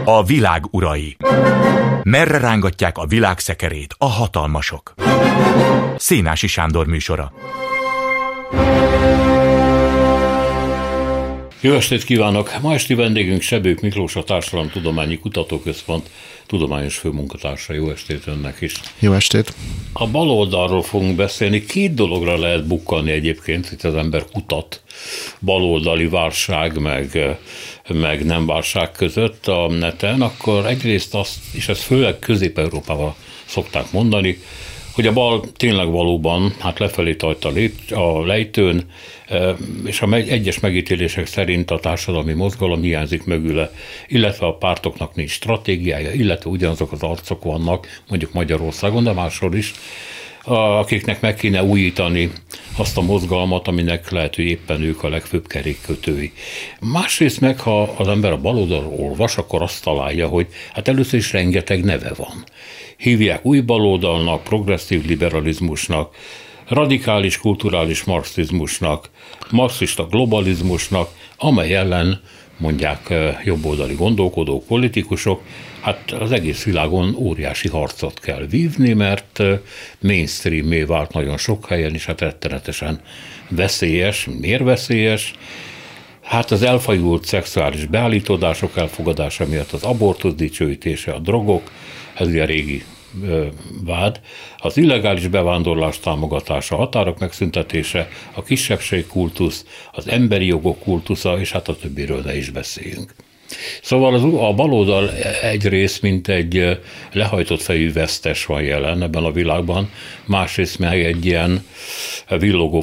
A világ urai. Merre rángatják a világ szekerét a hatalmasok? Szénási Sándor műsora. Jó estét kívánok! Ma esti vendégünk Sebők Miklós, a Társadalomtudományi Kutatóközpont tudományos főmunkatársa. Jó estét önnek is! Jó estét! A baloldalról fogunk beszélni. Két dologra lehet bukkanni egyébként, itt az ember kutat. Baloldali válság, meg nem válság között a neten, akkor egyrészt azt, és ezt főleg Közép-Európával szokták mondani, hogy a bal tényleg valóban lefelé tart a lejtőn, és a egyes megítélések szerint a társadalmi mozgalom hiányzik mögüle, illetve a pártoknak nincs stratégiája, illetve ugyanazok az arcok vannak, mondjuk Magyarországon, de máshol is, akiknek meg kéne újítani azt a mozgalmat, aminek lehet, hogy éppen ők a legfőbb kerékkötői. Másrészt meg, ha az ember a baloldalról olvas, akkor azt találja, hogy először is rengeteg neve van. Hívják új baloldalnak, progresszív liberalizmusnak, radikális kulturális marxizmusnak, marxista globalizmusnak, amely ellen mondják jobboldali gondolkodók, politikusok, az egész világon óriási harcot kell vívni, mert mainstream-mé vált nagyon sok helyen, és rettenetesen veszélyes. Miért veszélyes? Az elfajult szexuális beállítódások elfogadása miatt, az abortusz dicsőítése, a drogok, ez ugye régi vád, az illegális bevándorlás támogatása, határok megszüntetése, a kisebbségkultusz, az emberi jogok kultusza, és a többiről ne is beszéljünk. Szóval a baloldal egyrészt, mint egy lehajtott fejű vesztes van jelen ebben a világban, másrészt meg egy ilyen villogó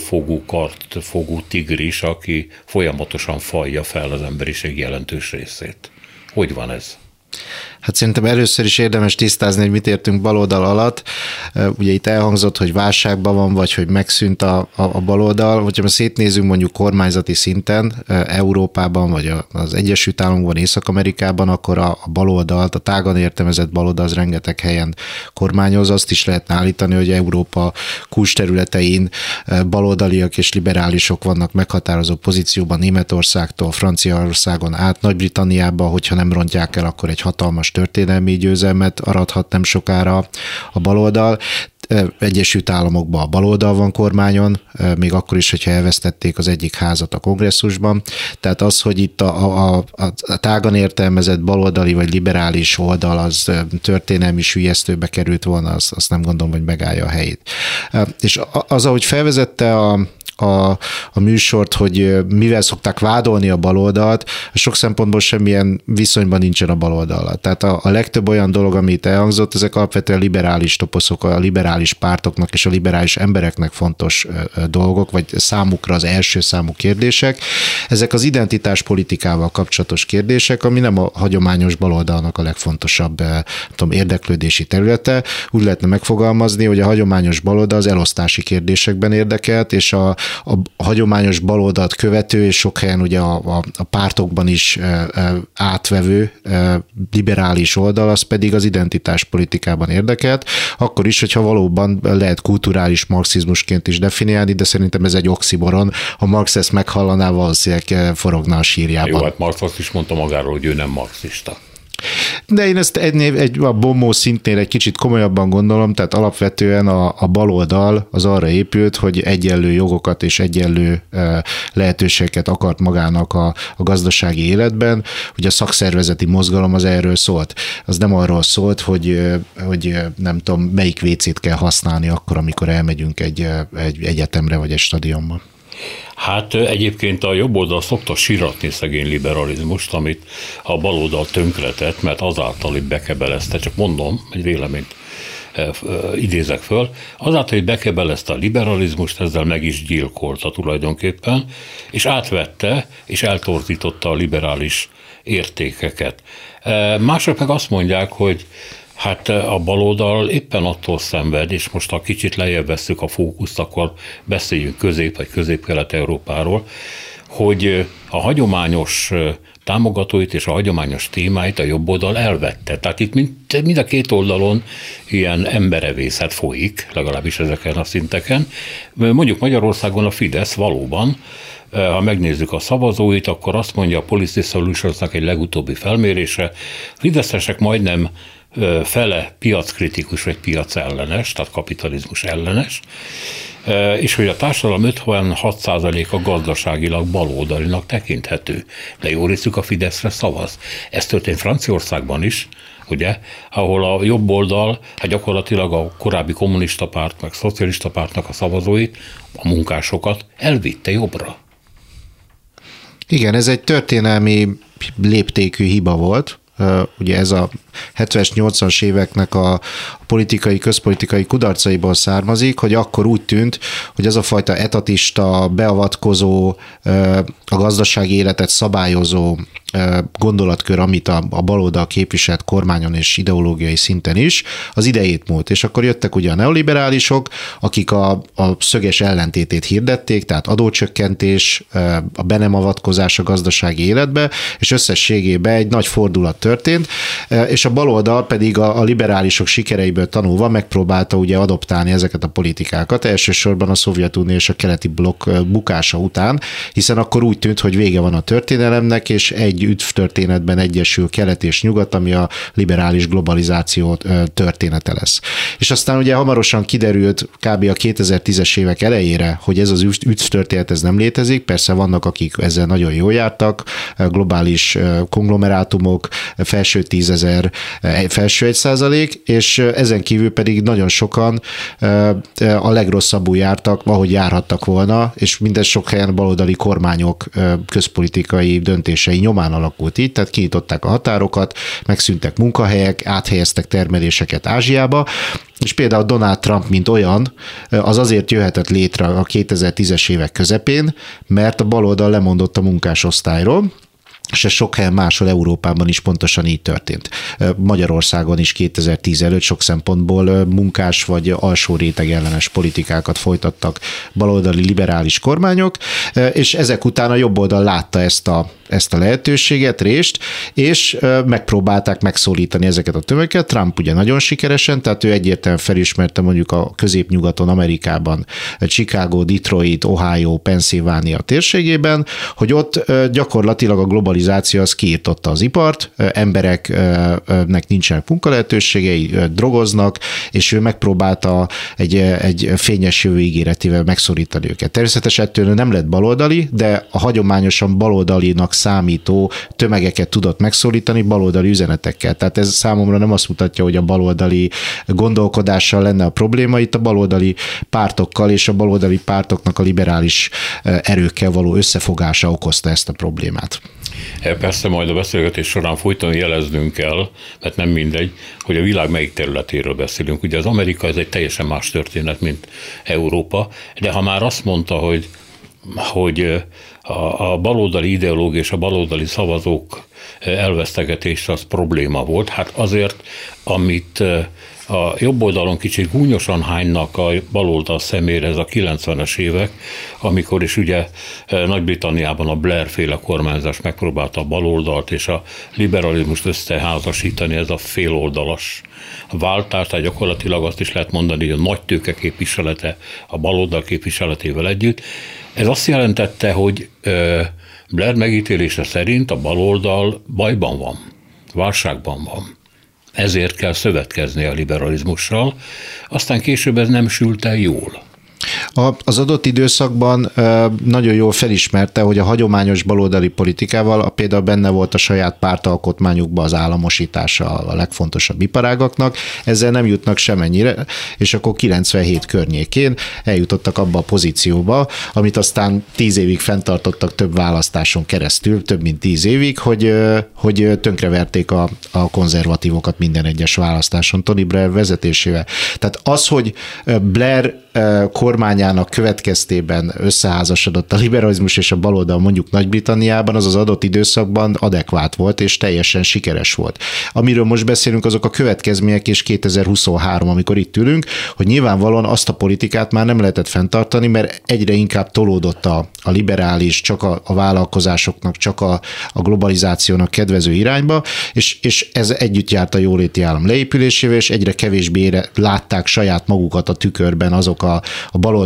fogú tigris, aki folyamatosan falja fel az emberiség jelentős részét. Hogy van ez? Szerintem először is érdemes tisztázni, hogy mit értünk baloldal alatt. Ugye itt elhangzott, hogy válságban van, vagy hogy megszűnt a baloldal. Hogyha szétnézünk mondjuk kormányzati szinten, Európában, vagy az Egyesült Államokban, Észak-Amerikában, akkor a baloldalt, a tágan értelmezett baloldal az rengeteg helyen kormányoz. Azt is lehetne állítani, hogy Európa kulcsterületein baloldaliak és liberálisok vannak meghatározó pozícióban, Németországtól, Franciaországon át, Nagy-Britanniában, hogyha nem rontják el, akkor egy hatalmas történelmi győzelmet arathat nem sokára a baloldal. Egyesült Államokban a baloldal van kormányon, még akkor is, hogyha elvesztették az egyik házat a kongresszusban. Tehát az, hogy itt a tágan értelmezett baloldali vagy liberális oldal az történelmi süllyesztőbe került volna, azt nem gondolom, hogy megállja a helyét. És az, ahogy felvezette a műsort, hogy mivel szokták vádolni a baloldalt, sok szempontból semmilyen viszonyban nincsen a baloldallal. Tehát a legtöbb olyan dolog, amit elhangzott, ezek alapvetően liberális toposzok, a liberális pártoknak és a liberális embereknek fontos dolgok, vagy számukra az első számú kérdések. Ezek az identitáspolitikával kapcsolatos kérdések, ami nem a hagyományos baloldalnak a legfontosabb érdeklődési területe. Úgy lehetne megfogalmazni, hogy a hagyományos baloldal az elosztási kérdésekben érdekelt, és a hagyományos baloldalt követő, és sok helyen ugye a pártokban is átvevő liberális oldal, az pedig az identitáspolitikában érdekelt, akkor is, hogyha valóban lehet kulturális marxizmusként is definiálni, de szerintem ez egy oximoron. Ha Marx ezt meghallaná, valószínűleg forogna a sírjában. Jó, Marx azt is mondta magáról, hogy ő nem marxista. De én ezt a bombó szintén egy kicsit komolyabban gondolom, tehát alapvetően a baloldal az arra épült, hogy egyenlő jogokat és egyenlő lehetőségeket akart magának a gazdasági életben. Ugye a szakszervezeti mozgalom az erről szólt. Az nem arról szólt, hogy nem tudom, melyik WC-t kell használni akkor, amikor elmegyünk egy egyetemre vagy egy stadionba. Egyébként a jobb oldal szokta siratni szegény liberalizmust, amit a baloldal tönkretett, mert azáltal, hogy bekebelezte, csak mondom, egy véleményt idézek föl, azáltal, hogy bekebelezte a liberalizmust, ezzel meg is gyilkolta tulajdonképpen, és átvette, és eltorzította a liberális értékeket. Mások meg azt mondják, hogy a baloldal éppen attól szenved, és most ha kicsit lejjebb vesszük a fókuszt, akkor beszéljünk vagy Közép-Kelet-Európáról, hogy a hagyományos támogatóit és a hagyományos témáit a jobb oldal elvette. Tehát itt mind a két oldalon ilyen emberevészet folyik, legalábbis ezeken a szinteken. Mondjuk Magyarországon a Fidesz valóban ha megnézzük a szavazóit, akkor azt mondja a Policy Solutionsnak egy legutóbbi felmérése, fideszesek majdnem fele piackritikus vagy piacellenes, tehát kapitalizmus ellenes, és hogy a társadalom 56%-a gazdaságilag baloldalinak tekinthető. De jó részük a Fideszre szavaz. Ez történt Franciaországban is, ugye, ahol a jobb oldal, hát gyakorlatilag a korábbi kommunista párt, meg szocialista pártnak a szavazóit, a munkásokat elvitte jobbra. Igen, ez egy történelmi léptékű hiba volt. Ugye ez a 70-es, 80-as éveknek a politikai, közpolitikai kudarcaiból származik, hogy akkor úgy tűnt, hogy az a fajta etatista, beavatkozó, a gazdasági életet szabályozó gondolatkör, amit a baloldal képviselt kormányon és ideológiai szinten is, az idejét múlt. És akkor jöttek ugye a neoliberálisok, akik a szöges ellentétét hirdették, tehát adócsökkentés, a be nem avatkozás a gazdasági életbe, és összességében egy nagy fordulat történt, és a baloldal pedig a liberálisok sikereiből tanulva megpróbálta ugye adoptálni ezeket a politikákat, elsősorban a Szovjetunió és a keleti blokk bukása után, hiszen akkor úgy tűnt, hogy vége van a történelemnek, és egy üdvtörténetben egyesül kelet és nyugat, ami a liberális globalizáció története lesz. És aztán ugye hamarosan kiderült kb. A 2010-es évek elejére, hogy ez az üdvtörténet ez nem létezik, persze vannak, akik ezzel nagyon jól jártak, globális konglomerátumok, felső 10 000, felső 1%, és ezen kívül pedig nagyon sokan a legrosszabbul jártak, ahogy járhattak volna, és minden sok helyen baloldali kormányok közpolitikai döntései nyomán alakult így, tehát kinyitották a határokat, megszűntek munkahelyek, áthelyeztek termeléseket Ázsiába, és például Donald Trump, mint olyan, az azért jöhetett létre a 2010-es évek közepén, mert a baloldal lemondott a munkásosztályról, és ez sok helyen máshol Európában is pontosan így történt. Magyarországon is 2010 előtt sok szempontból munkás vagy alsó réteg ellenes politikákat folytattak baloldali liberális kormányok, és ezek után a jobb oldal látta ezt a lehetőséget, részt, és megpróbálták megszólítani ezeket a tömegeket. Trump ugye nagyon sikeresen, tehát ő egyértelműen felismerte mondjuk a középnyugaton, Amerikában, Chicago, Detroit, Ohio, Pennsylvania térségében, hogy ott gyakorlatilag a globalizáció az kiirtotta az ipart, embereknek nincsenek munkalehetőségei, drogoznak, és ő megpróbálta egy fényes jövő ígéretével megszorítani őket. Természetesen ettől nem lett baloldali, de a hagyományosan baloldalinak számító tömegeket tudott megszólítani baloldali üzenetekkel. Tehát ez számomra nem azt mutatja, hogy a baloldali gondolkodással lenne a probléma, itt a baloldali pártokkal és a baloldali pártoknak a liberális erőkkel való összefogása okozta ezt a problémát. Persze majd a beszélgetés során folyton jeleznünk kell, mert nem mindegy, hogy a világ melyik területéről beszélünk. Ugye az Amerika ez egy teljesen más történet, mint Európa, de ha már azt mondta, hogy a baloldali ideológia és a baloldali szavazók elvesztegetése az probléma volt, hát azért, amit a jobb oldalon kicsit gúnyosan hánynak a baloldal szemére ez a 90-es évek, amikor is ugye Nagy-Britanniában a Blair-féle kormányzás megpróbálta a baloldalt és a liberalizmust összeházasítani, ez a féloldalas váltás, tehát gyakorlatilag azt is lehet mondani, hogy a nagy tőke képviselete a baloldal képviseletével együtt. Ez azt jelentette, hogy Blair megítélése szerint a baloldal bajban van, válságban van. Ezért kell szövetkezni a liberalizmussal, aztán később ez nem sült el jól. Az adott időszakban nagyon jól felismerte, hogy a hagyományos baloldali politikával például benne volt a saját pártalkotmányukban az államosítása a legfontosabb iparágaknak, ezzel nem jutnak semennyire, és akkor 97 környékén eljutottak abba a pozícióba, amit aztán 10 évig fenntartottak több választáson keresztül, több mint 10 évig, hogy tönkreverték a konzervatívokat minden egyes választáson Tony Blair vezetésével. Tehát az, hogy Blair kormányának következtében összeházasodott a liberalizmus és a baloldal mondjuk Nagy-Britanniában, az adott időszakban adekvát volt és teljesen sikeres volt. Amiről most beszélünk, azok a következmények és 2023, amikor itt ülünk, hogy nyilvánvalóan azt a politikát már nem lehetett fenntartani, mert egyre inkább tolódott a liberális, csak a vállalkozásoknak, csak a globalizációnak kedvező irányba, és ez együtt járt a jóléti állam leépülésével, és egyre kevésbé látták saját magukat a tükörben azok a baloldali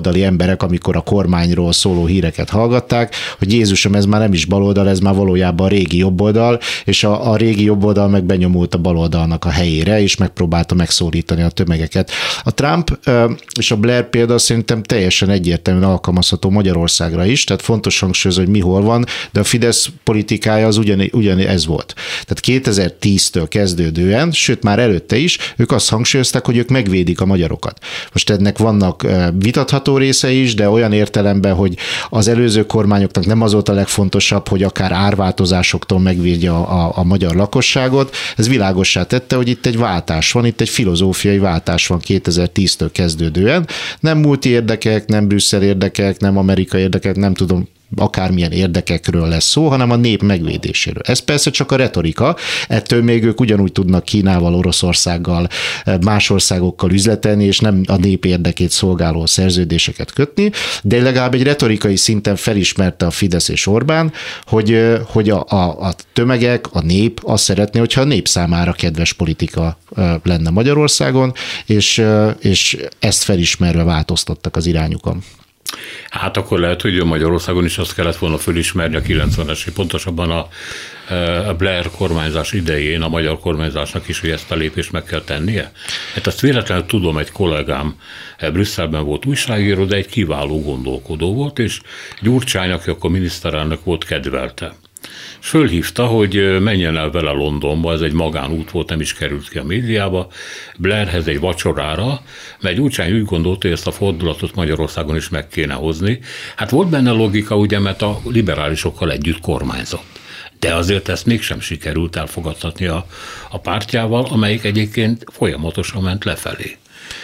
baloldali emberek, amikor a kormányról szóló híreket hallgatták, hogy Jézusom, ez már nem is baloldal, ez már valójában a régi jobboldal, és a régi jobboldal meg benyomult a baloldalnak a helyére, és megpróbálta megszólítani a tömegeket. A Trump és a Blair példa szerintem teljesen egyértelműen alkalmazható Magyarországra is, tehát fontos hangsúlyozni, hogy mi hol van, de a Fidesz politikája az ugyan ez volt. Tehát 2010-től kezdődően, sőt már előtte is, ők azt hangsúlyozták, hogy ők megvédik a magyarokat. Most ennek vannak vitatható része is, de olyan értelemben, hogy az előző kormányoknak nem az volt a legfontosabb, hogy akár árváltozásoktól megvédje a magyar lakosságot. Ez világossá tette, hogy itt egy váltás van, itt egy filozófiai váltás van 2010-től kezdődően. Nem multi érdekek, nem Brüsszel érdekek, nem Amerika érdekek, nem tudom, akármilyen érdekekről lesz szó, hanem a nép megvédéséről. Ez persze csak a retorika, ettől még ők ugyanúgy tudnak Kínával, Oroszországgal, más országokkal üzletelni, és nem a nép érdekét szolgáló szerződéseket kötni, de legalább egy retorikai szinten felismerte a Fidesz és Orbán, hogy a tömegek, a nép azt szeretné, hogyha a nép számára kedves politika lenne Magyarországon, és ezt felismerve változtattak az irányukon. Hát akkor lehet, hogy Magyarországon is azt kellett volna fölismerni a 90-es, pontosabban a Blair kormányzás idején a magyar kormányzásnak is, hogy ezt a lépést meg kell tennie. Hát azt véletlenül tudom, egy kollégám Brüsszelben volt újságíró, de egy kiváló gondolkodó volt, és Gyurcsány, aki akkor miniszterelnök volt, kedvelte. És fölhívta, hogy menjen el vele Londonba, ez egy magánút volt, nem is került ki a médiába, Blairhez egy vacsorára, mert Gyurcsány úgy gondolta, hogy ezt a fordulatot Magyarországon is meg kéne hozni. Hát volt benne logika, ugye, mert a liberálisokkal együtt kormányzott. De azért ezt mégsem sikerült elfogadtatni a pártjával, amelyik egyébként folyamatosan ment lefelé.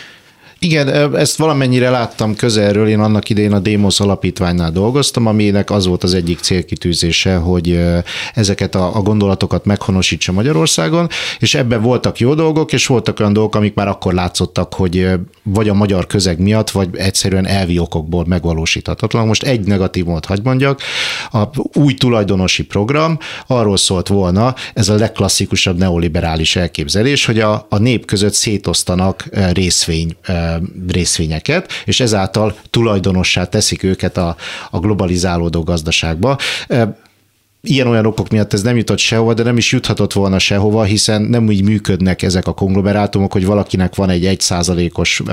Igen, ezt valamennyire láttam közelről, én annak idején a Démosz alapítványnál dolgoztam, aminek az volt az egyik célkitűzése, hogy ezeket a gondolatokat meghonosítsa Magyarországon, és ebben voltak jó dolgok, és voltak olyan dolgok, amik már akkor látszottak, hogy vagy a magyar közeg miatt, vagy egyszerűen elvi okokból megvalósíthatatlan. Most egy negatívumot hadd mondjak, a új tulajdonosi program arról szólt volna, ez a legklasszikusabb neoliberális elképzelés, hogy a nép között szétosztanak részvényeket, és ezáltal tulajdonossá teszik őket a globalizálódó gazdaságba. Ilyen-olyan okok miatt ez nem jutott sehova, de nem is juthatott volna sehova, hiszen nem úgy működnek ezek a konglomerátumok, hogy valakinek van egy 1%-os,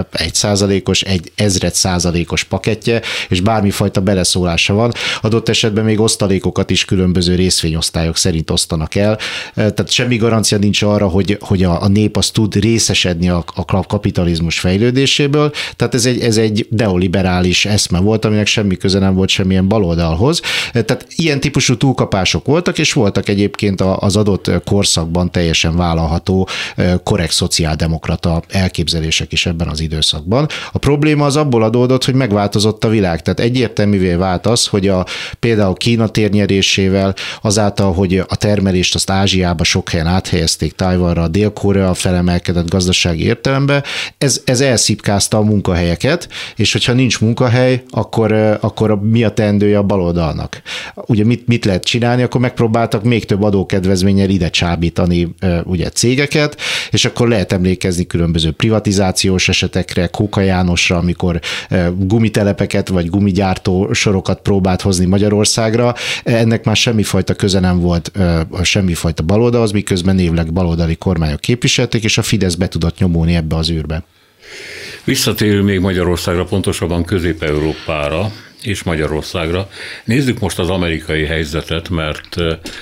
1000%-os pakettje, és bármifajta beleszólása van. Adott esetben még osztalékokat is különböző részvényosztályok szerint osztanak el. Tehát semmi garancia nincs arra, hogy a nép az tud részesedni a kapitalizmus fejlődéséből. Tehát ez egy neoliberális eszme volt, aminek semmi köze nem volt semmilyen baloldalhoz. Tehát ilyen típusú túlkapás voltak, és voltak egyébként az adott korszakban teljesen vállalható korrekt szociáldemokrata elképzelések is ebben az időszakban. A probléma az abból adódott, hogy megváltozott a világ. Tehát egyértelművé vált az, hogy például Kína térnyerésével, azáltal, hogy a termelést azt Ázsiába sok helyen áthelyezték, Tajvanra, Dél-Korea felemelkedett gazdasági értelemben, ez elszipkázta a munkahelyeket, és hogyha nincs munkahely, akkor mi a teendője a baloldalnak? Ugye mit lehet csinálni? Akkor megpróbáltak még több adókedvezménnyel ide csábítani ugye cégeket, és akkor lehet emlékezni különböző privatizációs esetekre, Kóka Jánosra, amikor gumitelepeket vagy gumigyártó sorokat próbált hozni Magyarországra. Ennek már semmifajta köze nem volt semmifajta baloldalhoz, miközben névleg baloldali kormányok képviselték, és a Fidesz be tudott nyomulni ebbe az űrbe. Visszatérünk még Magyarországra, pontosabban Közép-Európára és Magyarországra. Nézzük most az amerikai helyzetet, mert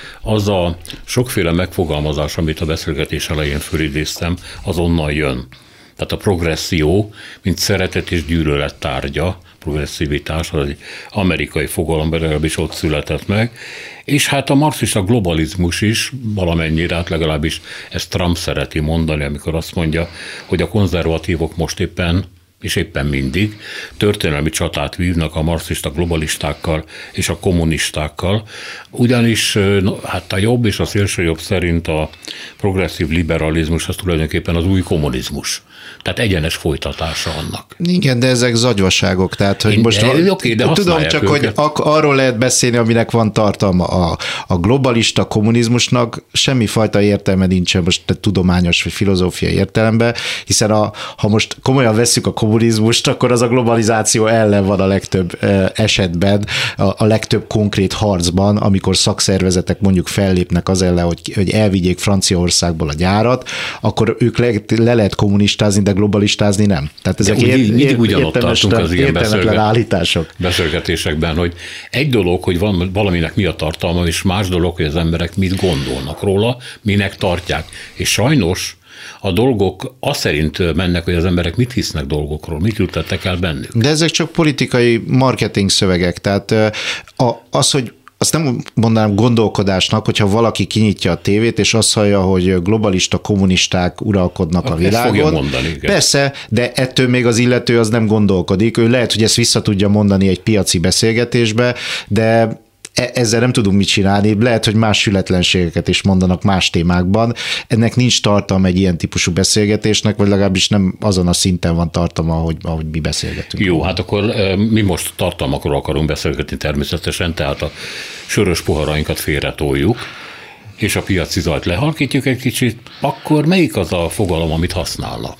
az a sokféle megfogalmazás, amit a beszélgetés elején fölidéztem, az onnan jön. Tehát a progresszió, mint szeretet és gyűlölet tárgya, progresszivitás, az egy amerikai fogalom, legalábbis ott született meg, és hát a marxista globalizmus is valamennyire, hát legalábbis ezt Trump szereti mondani, amikor azt mondja, hogy a konzervatívok most éppen mindig történelmi csatát vívnak a marxista globalistákkal és a kommunistákkal, ugyanis hát a jobb és a szélső jobb szerint a progresszív liberalizmus az tulajdonképpen az új kommunizmus. Tehát egyenes folytatása annak. Igen, de ezek zagyvaságok, tehát hogy most tudom csak, őket. Hogy arról lehet beszélni, aminek van tartalma. A globalista kommunizmusnak semmifajta értelme nincsen most tudományos vagy filozófiai értelemben, hiszen ha most komolyan vesszük a kommunizmust, akkor az a globalizáció ellen van a legtöbb esetben, a legtöbb konkrét harcban, amikor szakszervezetek mondjuk fellépnek az ellen, hogy elvigyék Franciaországból a gyárat, akkor ők le lehet kommunistázni, de globalistázni nem. Tehát ezek mindig ugyanott tartunk az ilyen beszélgetésekben, hogy egy dolog, hogy valaminek mi a tartalma, és más dolog, hogy az emberek mit gondolnak róla, minek tartják. És sajnos a dolgok azt szerint mennek, hogy az emberek mit hisznek dolgokról, mit juttattak el bennük. De ezek csak politikai marketing szövegek, tehát hogy azt nem mondanám gondolkodásnak, hogyha valaki kinyitja a tévét, és azt hallja, hogy globalista kommunisták uralkodnak a világon. Mondani, persze, de ettől még az illető az nem gondolkodik. Ő lehet, hogy ezt vissza tudja mondani egy piaci beszélgetésbe, de ezzel nem tudunk mit csinálni, lehet, hogy más sületlenségeket is mondanak más témákban. Ennek nincs tartalma egy ilyen típusú beszélgetésnek, vagy legalábbis nem azon a szinten van tartalma, ahogy mi beszélgetünk. Jó, hát akkor mi most tartalmakról akarunk beszélgetni természetesen, tehát a sörös poharainkat félretoljuk, és a piaci zajt lehalkítjuk egy kicsit, akkor melyik az a fogalom, amit használna?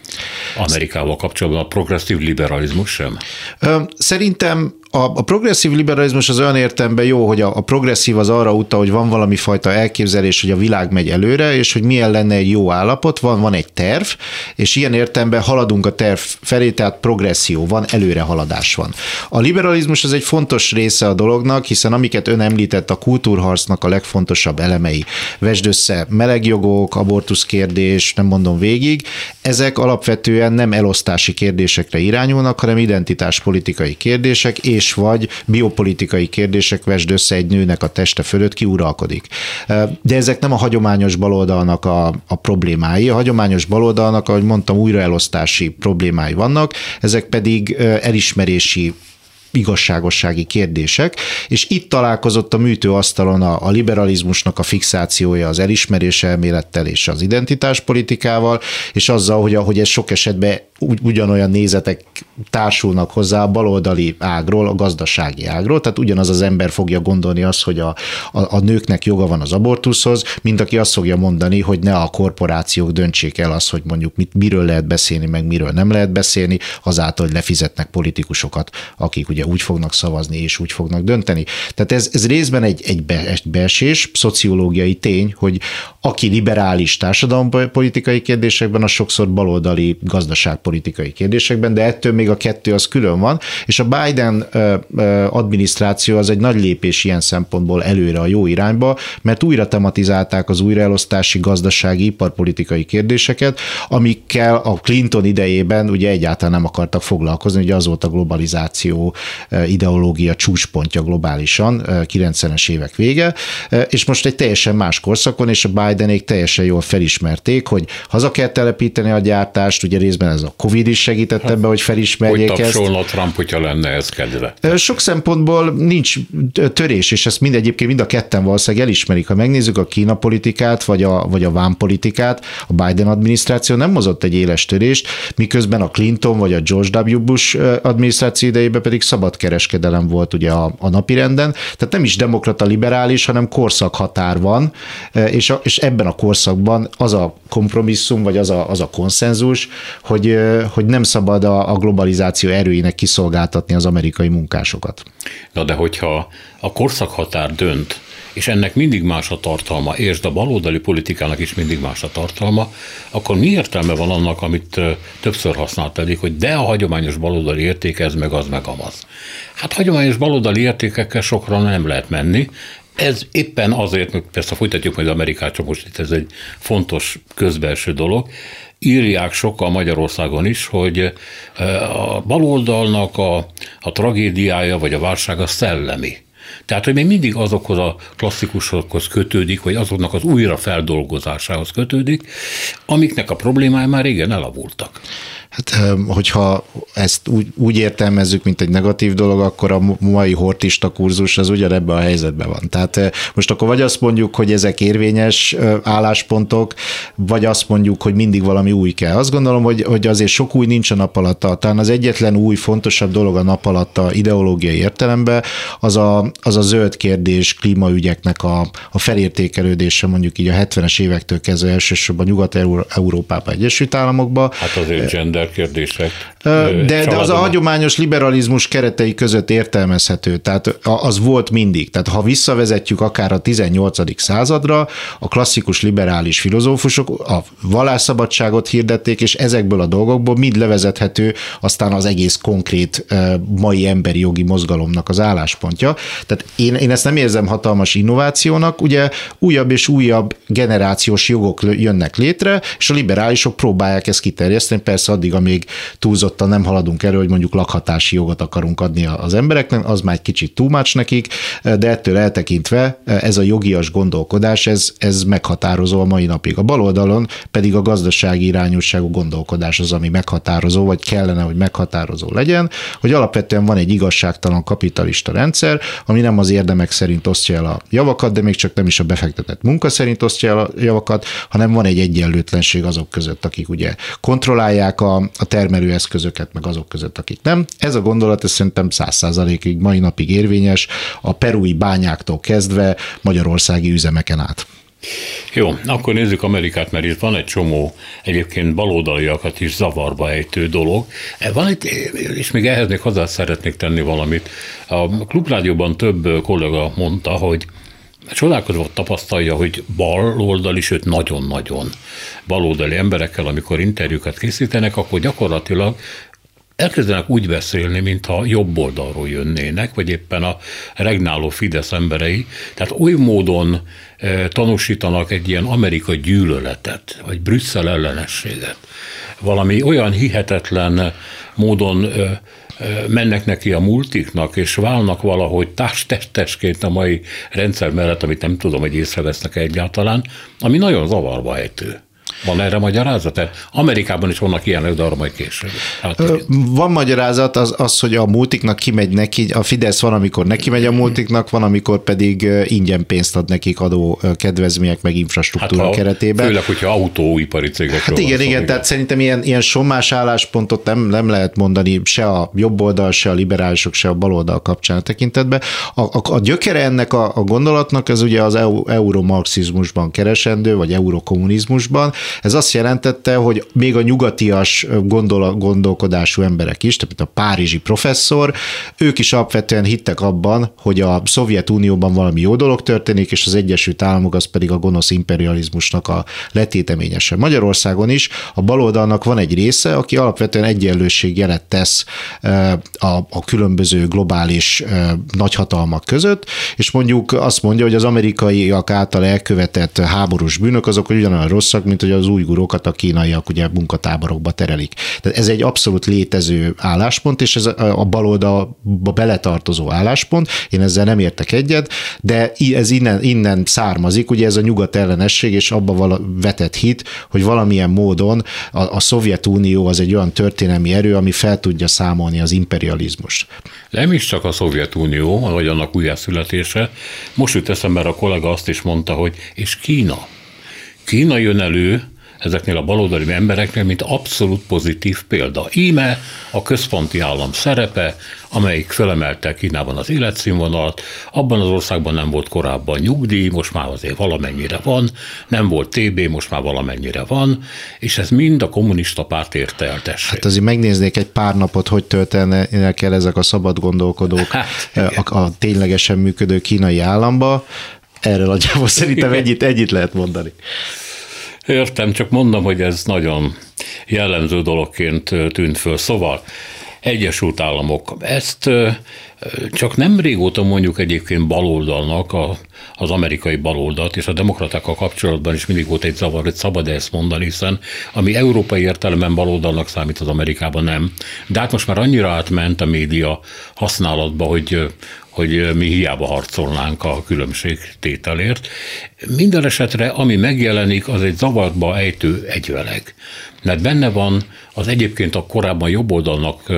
Amerikával kapcsolatban a progresszív liberalizmus sem? Szerintem a progresszív liberalizmus az olyan értelemben jó, hogy a progresszív az arra utal, hogy van valami fajta elképzelés, hogy a világ megy előre, és hogy milyen lenne egy jó állapot, van egy terv, és ilyen értelemben haladunk a terv felé, tehát progresszió van, előrehaladás van. A liberalizmus az egy fontos része a dolognak, hiszen amiket ön említett, a kultúrharcnak a legfontosabb elemei. Vesd össze melegjogok, abortusz kérdés, nem mondom végig, ezek alapvetően nem elosztási kérdésekre irányulnak, hanem identitáspolitikai kérdések, és vagy biopolitikai kérdések, vesd össze egy nőnek a teste fölött, ki uralkodik. De ezek nem a hagyományos baloldalnak a problémái. A hagyományos baloldalnak, ahogy mondtam, újraelosztási problémái vannak, ezek pedig elismerési igazságossági kérdések, és itt találkozott a műtőasztalon a liberalizmusnak a fixációja az elismerés elmélettel és az identitáspolitikával, és azzal, hogy ez sok esetben ugyanolyan nézetek társulnak hozzá a baloldali ágról, a gazdasági ágról, tehát ugyanaz az ember fogja gondolni azt, hogy a nőknek joga van az abortuszhoz, mint aki azt fogja mondani, hogy ne a korporációk döntsék el azt, hogy mondjuk miről lehet beszélni, meg miről nem lehet beszélni, azáltal, hogy lefizetnek politikusokat, akik ugye úgy fognak szavazni, és úgy fognak dönteni. Tehát ez részben egy beesés, szociológiai tény, hogy aki liberális társadalompolitikai kérdésekben, az sokszor baloldali gazdaságpolitikai kérdésekben, de ettől még a kettő az külön van, és a Biden adminisztráció az egy nagy lépés ilyen szempontból előre a jó irányba, mert újra tematizálták az újraelosztási gazdasági, iparpolitikai kérdéseket, amikkel a Clinton idejében ugye egyáltalán nem akartak foglalkozni, ugye az volt a globalizáció ideológia csúcspontja globálisan, 90-es évek vége, és most egy teljesen más korszakon, és a Bidenék teljesen jól felismerték, hogy haza kell telepíteni a gyártást, ugye részben ez a Covid is segített ebbe, hogy felismerjék ezt. Hogy tapsolna Trump, hogyha lenne ez kedve? Sok szempontból nincs törés, és ezt egyébként mind a ketten valószínűleg elismerik. Ha megnézzük a Kína politikát, vagy a vámpolitikát, a Biden adminisztráció nem hozott egy éles törést, miközben a Clinton vagy a George W. Bush adminisztráció idejében pedig szabadkereskedelem volt ugye a napirenden, tehát nem is demokrata liberális, hanem korszakhatár van, és ebben a korszakban az a kompromisszum, vagy az a konszenzus, hogy nem szabad a globalizáció erőinek kiszolgáltatni az amerikai munkásokat. Na de hogyha a korszakhatár dönt, és ennek mindig más a tartalma, és a baloldali politikának is mindig más a tartalma, akkor mi értelme van annak, amit többször használt eddig, hogy de a hagyományos baloldali érték ez meg az meg amaz. Hát hagyományos baloldali értékekkel sokra nem lehet menni, ez éppen azért, mert persze folytatjuk majd Amerikát, csak most itt ez egy fontos közbelső dolog, írják sokan Magyarországon is, hogy a baloldalnak a tragédiája vagy a válsága szellemi. Tehát, hogy még mindig azokhoz a klasszikusokhoz kötődik, vagy azoknak az újrafeldolgozásához kötődik, amiknek a problémái már régen elavultak. Hát, hogyha ezt úgy értelmezzük, mint egy negatív dolog, akkor a mai hortista kurzus az ugyanebben a helyzetben van. Tehát most akkor vagy azt mondjuk, hogy ezek érvényes álláspontok, vagy azt mondjuk, hogy mindig valami új kell. Azt gondolom, hogy azért sok új nincs a nap alatt. Talán az egyetlen új, fontosabb dolog a nap alatt a ideológiai értelemben, az a zöld kérdés, klímaügyeknek a felértékelődése, mondjuk így a 70-es évektől kezdve elsősorban Nyugat-Európában, Egyesült Államokban. Hát azért gender kérdések. De az a hagyományos liberalizmus keretei között értelmezhető, tehát az volt mindig. Tehát ha visszavezetjük akár a 18. századra, a klasszikus liberális filozófusok a vallásszabadságot hirdették, és ezekből a dolgokból mind levezethető aztán az egész konkrét mai emberi jogi mozgalomnak az álláspontja. Tehát én ezt nem érzem hatalmas innovációnak, ugye újabb és újabb generációs jogok jönnek létre, és a liberálisok próbálják ezt kiterjeszteni, persze addig, amíg túlzottan nem haladunk elő, hogy mondjuk lakhatási jogot akarunk adni az embereknek, az már egy kicsit too much nekik, de ettől eltekintve ez a jogias gondolkodás, ez meghatározó a mai napig. A baloldalon pedig a gazdasági irányúságú gondolkodás az, ami meghatározó, vagy kellene, hogy meghatározó legyen, hogy alapvetően van egy igazságtalan kapitalista rendszer, ami nem az érdemek szerint osztja el a javakat, de még csak nem is a befektetett munka szerint osztja el a javakat, hanem van egy egyenlőtlenség azok között, akik ugye kontrollálják a termelőeszközöket, meg azok között, akik nem. Ez a gondolat ez szerintem 100%-ig mai napig érvényes, a perui bányáktól kezdve magyarországi üzemeken át. Jó, akkor nézzük Amerikát, mert itt van egy csomó egyébként baloldaliakat is zavarba ejtő dolog. Van itt, és még ehhez még hozzá szeretnék tenni valamit. A Klubrádióban több kollega mondta, hogy csodálkozva tapasztalja, hogy baloldali, sőt nagyon-nagyon baloldali emberekkel, amikor interjúkat készítenek, akkor gyakorlatilag elkezdenek úgy beszélni, mintha jobb oldalról jönnének, vagy éppen a regnáló Fidesz emberei. Tehát oly módon tanúsítanak egy ilyen amerikai gyűlöletet, vagy Brüsszel ellenességet. Valami olyan hihetetlen módon mennek neki a multiknak, és válnak valahogy társtestesként a mai rendszer mellett, amit nem tudom, hogy észrevesznek egyáltalán, ami nagyon zavarba ejtő. Van erre magyarázat? Amerikában is vannak ilyenek, de arra majd később. Van magyarázat, az, hogy a multiknak kimegy neki, a Fidesz van, amikor neki megy a multiknak, van, amikor pedig ingyen pénzt ad nekik adó kedvezmények, meg infrastruktúra keretében. Főleg, hogyha autóipari cégekről hát igen, tehát szerintem ilyen sommás álláspontot nem lehet mondani se a jobb oldal, se a liberálisok, se a baloldal kapcsán a tekintetben. A gyökere ennek a gondolatnak, ez ugye az euromarxizmusban keresendő, vagy eurokommunizmusban. Ez azt jelentette, hogy még a nyugatias gondolkodású emberek is, tehát a párizsi professzor, ők is alapvetően hittek abban, hogy a Szovjetunióban valami jó dolog történik, és az Egyesült Államok az pedig a gonosz imperializmusnak a letéteményese. Magyarországon is a baloldalnak van egy része, aki alapvetően egyenlőségjelet tesz a különböző globális nagyhatalmak között, és mondjuk azt mondja, hogy az amerikaiak által elkövetett háborús bűnök azok ugyanolyan rosszak, mint hogy az ujgurokat a kínaiak ugye munkatáborokba terelik. Tehát ez egy abszolút létező álláspont, és ez a baloldalba beletartozó álláspont, én ezzel nem értek egyet, de ez innen származik, ugye ez a nyugat ellenesség, és abba vetett hit, hogy valamilyen módon a Szovjetunió az egy olyan történelmi erő, ami fel tudja számolni az imperializmust. Nem is csak a Szovjetunió, vagy annak újjászületése. Most jut eszembe, a kollega azt is mondta, hogy és Kína. Kína jön elő ezeknél a baloldali embereknél, mint abszolút pozitív példa. Íme a központi állam szerepe, amelyik felemelte Kínában az életszínvonalat, abban az országban nem volt korábban nyugdíj, most már azért valamennyire van, nem volt TB, most már valamennyire van, és ez mind a kommunista párt érte el, tessék. Hát azért megnéznék egy pár napot, hogy töltenek el ezek a szabad gondolkodók a ténylegesen működő kínai államba. Erről nagyjából szerintem ennyit lehet mondani. Értem, csak mondom, hogy ez nagyon jellemző dologként tűnt föl. Szóval Egyesült Államok, ezt csak nem régóta mondjuk egyébként baloldalnak, az amerikai baloldalt, és a demokratákkal kapcsolatban is mindig volt egy zavar, hogy szabad ezt mondani, hiszen ami európai értelemben baloldalnak számít, az Amerikában nem. De hát most már annyira átment a média használatba, hogy mi hiába harcolnánk a különbségtételért. Minden esetre, ami megjelenik, az egy zavarba ejtő egyveleg. Mert benne van az egyébként a korábban jobboldalnak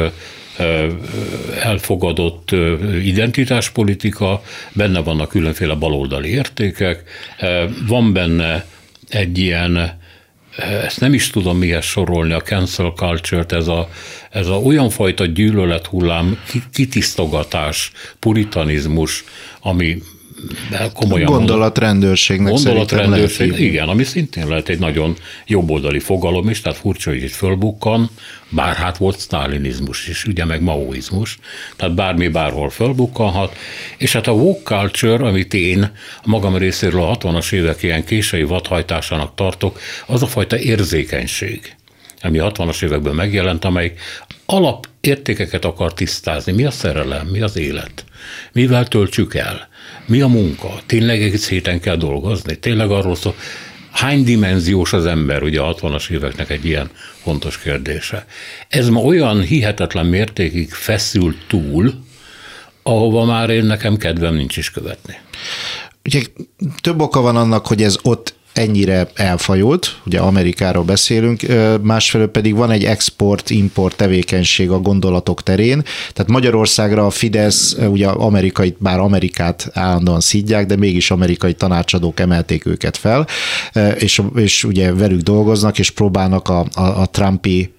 elfogadott identitáspolitika, benne vannak különféle baloldali értékek, van benne egy ilyen, ezt nem is tudom mihez sorolni, a cancel culture-t, ez a olyan fajta gyűlölethullám, kitisztogatás, puritanizmus, ami komolyan gondolatrendőrségnek Gondolatrendőrség, igen, ami szintén lehet egy nagyon jobboldali fogalom is, tehát furcsa, hogy itt fölbukkan, bár hát volt sztálinizmus is, ugye meg maoizmus, tehát bármi bárhol fölbukkanhat, és hát a woke culture, amit én a magam részéről a 60-as évek ilyen késői vadhajtásának tartok, az a fajta érzékenység, ami a 60-as években megjelent, amelyik alapértékeket akar tisztázni. Mi a szerelem, mi az élet, mivel töltsük el, mi a munka, tényleg egész héten kell dolgozni, tényleg arról szól, hány dimenziós az ember, ugye a 60-as éveknek egy ilyen fontos kérdése. Ez ma olyan hihetetlen mértékig feszült túl, ahova már nekem kedvem nincs is követni. Ugye több oka van annak, hogy ez ott ennyire elfajult, ugye Amerikáról beszélünk, másfelől pedig van egy export-import tevékenység a gondolatok terén, tehát Magyarországra a Fidesz, ugye bár Amerikát állandóan szidják, de mégis amerikai tanácsadók emelték őket fel, és ugye velük dolgoznak, és próbálnak a Trumpi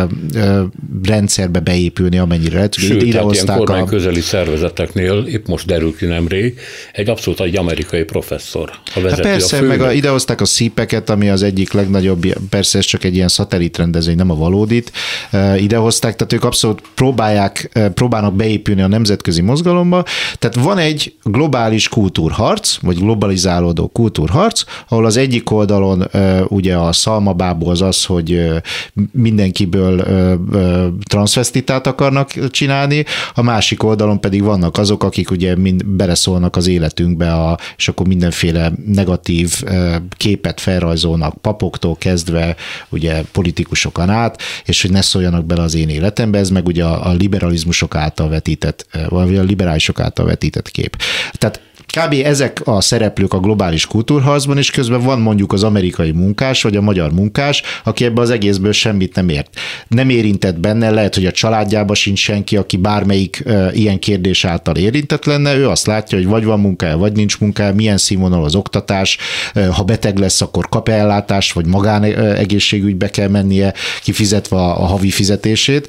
rendszerbe beépülni, amennyire lehet. Sőt, ilyen kormány közeli szervezeteknél, épp most derül ki nemrég, egy abszolút egy amerikai professzor. Hát persze, meg idehozták a szípeket, ami az egyik legnagyobb, persze ez csak egy ilyen szatellitrendezvény, nem a valódit, idehozták, tehát ők abszolút próbálnak beépülni a nemzetközi mozgalomba, tehát van egy globális kultúrharc, vagy globalizálódó kultúrharc, ahol az egyik oldalon ugye a szalmabábú az, hogy mindenkiből transzvesztitát akarnak csinálni, a másik oldalon pedig vannak azok, akik ugye mind beleszólnak az életünkbe, és akkor mindenféle negatív képet felrajzolnak papoktól kezdve, ugye politikusokon át, és hogy ne szóljanak bele az én életembe, ez meg ugye a liberalizmusok által vetített, vagy a liberálisok által vetített kép. Tehát kb. Ezek a szereplők a globális kultúrharcban, és közben van mondjuk az amerikai munkás, vagy a magyar munkás, aki ebbe az egészből semmit nem ért. Nem érintett benne, lehet, hogy a családjában sincs senki, aki bármelyik ilyen kérdés által érintett lenne, ő azt látja, hogy vagy van munkája, vagy nincs munkája, milyen színvonal az oktatás, ha beteg lesz, akkor kap ellátást, vagy magánegészségügybe kell mennie, kifizetve a havi fizetését.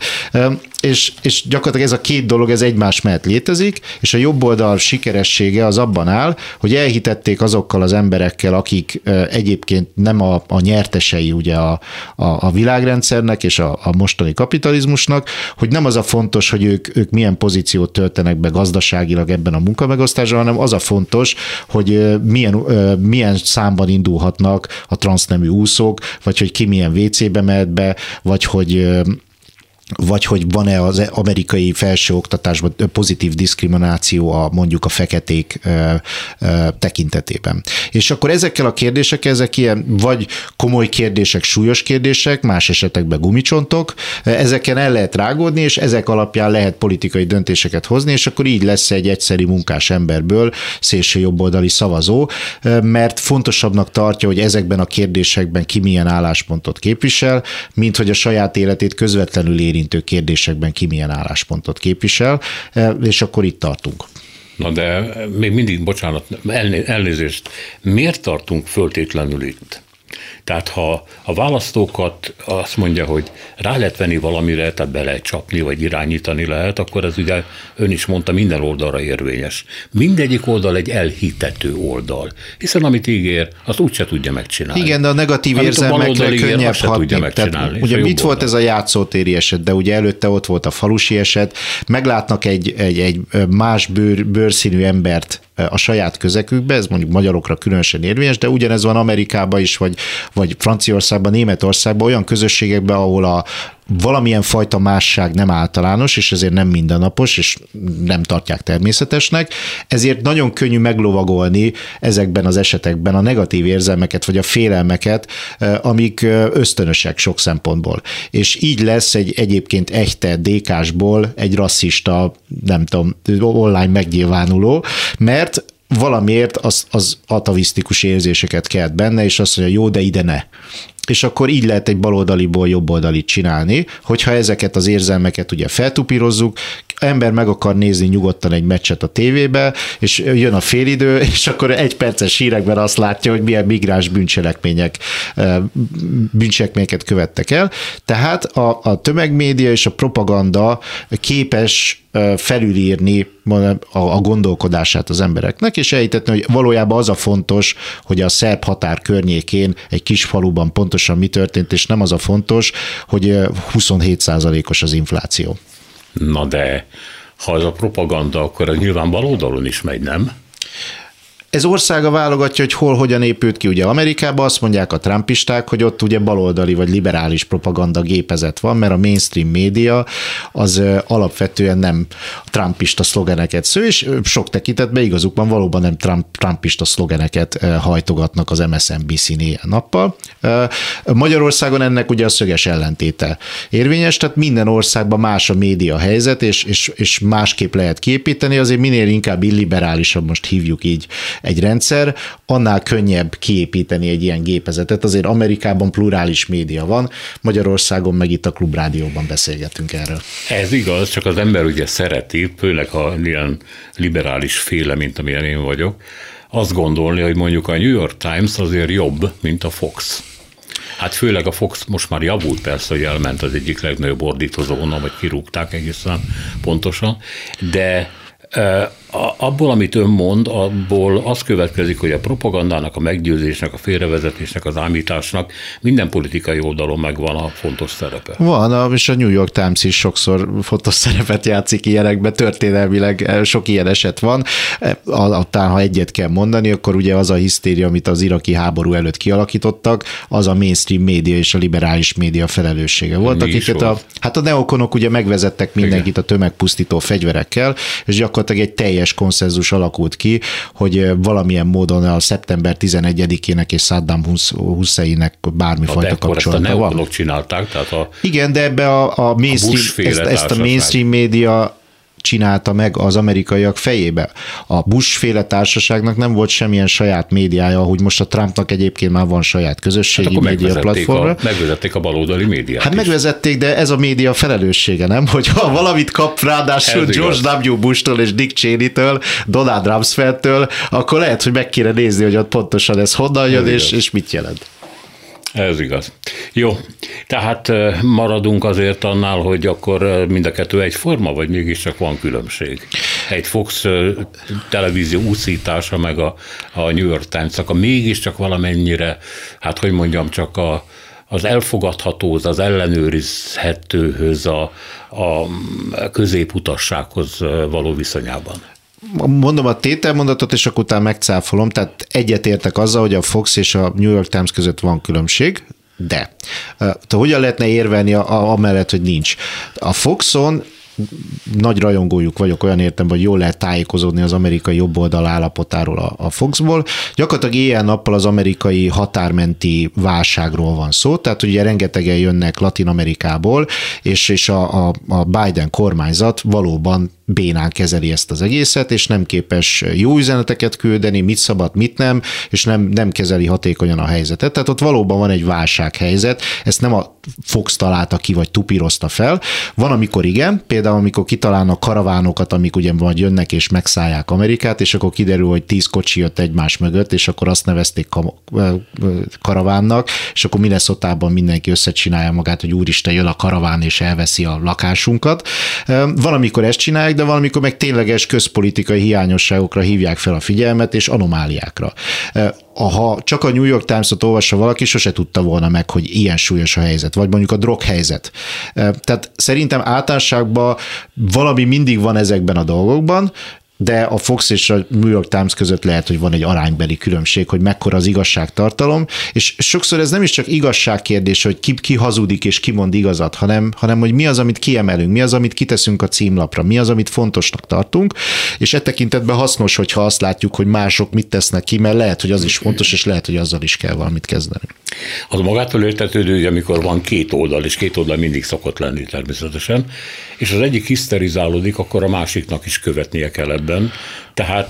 És gyakorlatilag ez a két dolog, ez egymás mellett létezik, és a jobb oldal sikeressége az abban áll, hogy elhitették azokkal az emberekkel, akik egyébként nem a nyertesei ugye a világrendszernek és a mostani kapitalizmusnak, hogy nem az a fontos, hogy ők milyen pozíciót töltenek be gazdaságilag ebben a munkamegosztásban, hanem az a fontos, hogy milyen számban indulhatnak a transznemű úszók, vagy hogy ki milyen WC-be mehet be, vagy hogy van-e az amerikai felsőoktatásban pozitív diszkrimináció mondjuk a feketék tekintetében. És akkor ezekkel a kérdésekkel, ezek ilyen vagy komoly kérdések, súlyos kérdések, más esetekben gumicsontok, ezeken el lehet rágódni, és ezek alapján lehet politikai döntéseket hozni, és akkor így lesz egy egyszerű munkás emberből szélső jobboldali szavazó, mert fontosabbnak tartja, hogy ezekben a kérdésekben ki milyen álláspontot képvisel, mint hogy a saját életét közvetlenül érintő kérdésekben ki milyen álláspontot képvisel, és akkor itt tartunk. Na de még mindig, bocsánat, elnézést, miért tartunk föltétlenül itt? Tehát ha a választókat azt mondja, hogy rá lehet venni valamire, tehát be lehet csapni, vagy irányítani lehet, akkor ez ugye ön is mondta, minden oldalra érvényes. Mindegyik oldal egy elhitető oldal, hiszen amit ígér, azt úgyse tudja megcsinálni. Igen, de a negatív érzelmekre könnyebb hatni. Ugye mit volt ez a játszótéri eset, de ugye előtte ott volt a falusi eset, meglátnak egy más bőrszínű embert a saját közegükbe, ez mondjuk magyarokra különösen érvényes, de ugyanez van Amerikában is, vagy Franciaországban, Németországban, olyan közösségekben, ahol valamilyen fajta másság nem általános, és ezért nem mindennapos, és nem tartják természetesnek, ezért nagyon könnyű meglovagolni ezekben az esetekben a negatív érzelmeket, vagy a félelmeket, amik ösztönösek sok szempontból. És így lesz egy egyébként echte DK-sból egy rasszista, nem tudom, online megnyilvánuló, mert valamiért az atavisztikus érzéseket kelt benne, és azt mondja, jó, de ide ne. És akkor így lehet egy baloldaliból jobboldalit csinálni, hogyha ezeket az érzelmeket ugye feltupírozzuk, ember meg akar nézni nyugodtan egy meccset a tévébe, és jön a félidő, és akkor egy perces hírekben azt látja, hogy milyen migráns bűncselekményeket követtek el. Tehát a tömegmédia és a propaganda képes felülírni a gondolkodását az embereknek, és elhitetni, hogy valójában az a fontos, hogy a szerb határ környékén egy kis faluban pontosan mi történt, és nem az a fontos, hogy 27%-os az infláció. Na de, ha ez a propaganda, akkor ez nyilván baloldalon is megy, nem? Ez országa válogatja, hogy hol, hogyan épült ki. Ugye Amerikában azt mondják a trumpisták, hogy ott ugye baloldali vagy liberális propaganda gépezet van, mert a mainstream média az alapvetően nem trumpista szlogeneket sző, és sok tekintetben igazuk van, valóban nem trumpista szlogeneket hajtogatnak az MSNBC-n éjjel-nappal. Magyarországon ennek ugye a szöges ellentéte érvényes, tehát minden országban más a média helyzet, és másképp lehet kiépíteni, azért minél inkább illiberálisabb, most hívjuk így, egy rendszer, annál könnyebb kiépíteni egy ilyen gépezetet. Azért Amerikában plurális média van, Magyarországon meg itt a Klubrádióban beszélgetünk erről. Ez igaz, csak az ember ugye szereti, főleg ha ilyen liberális féle, mint amilyen én vagyok, azt gondolni, hogy mondjuk a New York Times azért jobb, mint a Fox. Hát főleg a Fox most már javult persze, hogy elment az egyik legnagyobb ordítozó, onnan, vagy kirúgták egészen pontosan, de abból, amit ön mond, abból az következik, hogy a propagandának, a meggyőzésnek, a félrevezetésnek, az ámításnak minden politikai oldalon megvan a fontos szerepe. Van, és a New York Times is sokszor fontos szerepet játszik ilyenekben, történelmileg sok ilyen eset van. Talán, ha egyet kell mondani, akkor ugye az a hisztéria, amit az iraki háború előtt kialakítottak, az a mainstream média és a liberális média felelőssége volt, akiket a neokonok ugye megvezettek mindenkit a tömegpusztító fegyverekkel, és gyakorlatilag egy teljes konszenzus alakult ki, hogy valamilyen módon a szeptember 11-ének és Saddam Husseinnek bármifajta kapcsolata van. A neokonok csinálták, tehát igen, de ebbe a mainstream, ezt a mainstream média csinálta meg az amerikaiak fejébe. A Bush-féle társaságnak nem volt semmilyen saját médiája, ahogy most a Trumpnak egyébként már van saját közösségi média platformra. Megvezették a baloldali médiát. Hát megvezették, de ez a média felelőssége, nem? Hogyha valamit kap ráadásul George W. Bush-tól és Dick Cheney-től, Donald Rumsfeld-től, akkor lehet, hogy meg kéne nézni, hogy ott pontosan ez honnan jön, és mit jelent. Ez igaz. Jó, tehát maradunk azért annál, hogy akkor mind a kettő egyforma, vagy mégiscsak van különbség? Egy Fox televízió úszítása, meg a New York Times-nak a mégiscsak valamennyire, hát hogy mondjam, csak az elfogadhatóhoz, az ellenőrizhetőhöz, a középutassághoz való viszonyában. Mondom a tételmondatot, és akkor utána megcáfolom, tehát egyetértek azzal, hogy a Fox és a New York Times között van különbség, de hogyan lehetne érvelni amellett, hogy nincs? A Foxon nagy rajongójuk vagyok, olyan értelemben, hogy jól lehet tájékozódni az amerikai jobboldal állapotáról a Foxból. Gyakorlatilag éjjel-nappal az amerikai határmenti válságról van szó, tehát ugye rengetegen jönnek Latin-Amerikából, és a Biden kormányzat valóban bénán kezeli ezt az egészet, és nem képes jó üzeneteket küldeni, mit szabad, mit nem, és nem kezeli hatékonyan a helyzetet. Tehát ott valóban van egy válsághelyzet, ezt nem a Fox találta ki, vagy tupírozta fel. Van, amikor igen, például amikor kitalálnak karavánokat, amik ugye majd jönnek és megszállják Amerikát, és akkor kiderül, hogy 10 kocsi jött egymás mögött, és akkor azt nevezték karavánnak, és akkor Minnesotában mindenki összecsinálja magát, hogy úristen, jön a karaván, és elveszi a lakásunkat. Van, amikor ezt csinálják, de valamikor meg tényleges közpolitikai hiányosságokra hívják fel a figyelmet, és anomáliákra. Ha csak a New York Times-ot olvassa valaki, sose tudta volna meg, hogy ilyen súlyos a helyzet, vagy mondjuk a droghelyzet. Tehát szerintem általánosságban valami mindig van ezekben a dolgokban, de a Fox és a New York Times között lehet, hogy van egy aránybeli különbség, hogy mekkora az igazságtartalom, és sokszor ez nem is csak igazságkérdés, hogy ki hazudik és ki mond igazat, hanem hogy mi az, amit kiemelünk, mi az, amit kiteszünk a címlapra, mi az, amit fontosnak tartunk, és e tekintetben hasznos, hogyha azt látjuk, hogy mások mit tesznek ki, mert lehet, hogy az is fontos, és lehet, hogy azzal is kell valamit kezdeni. Az magától értetődő, hogy amikor van két oldal, és két oldal mindig szokott lenni természetesen, és az egyik hiszterizálódik, akkor a másiknak is követnie kell ebben. Tehát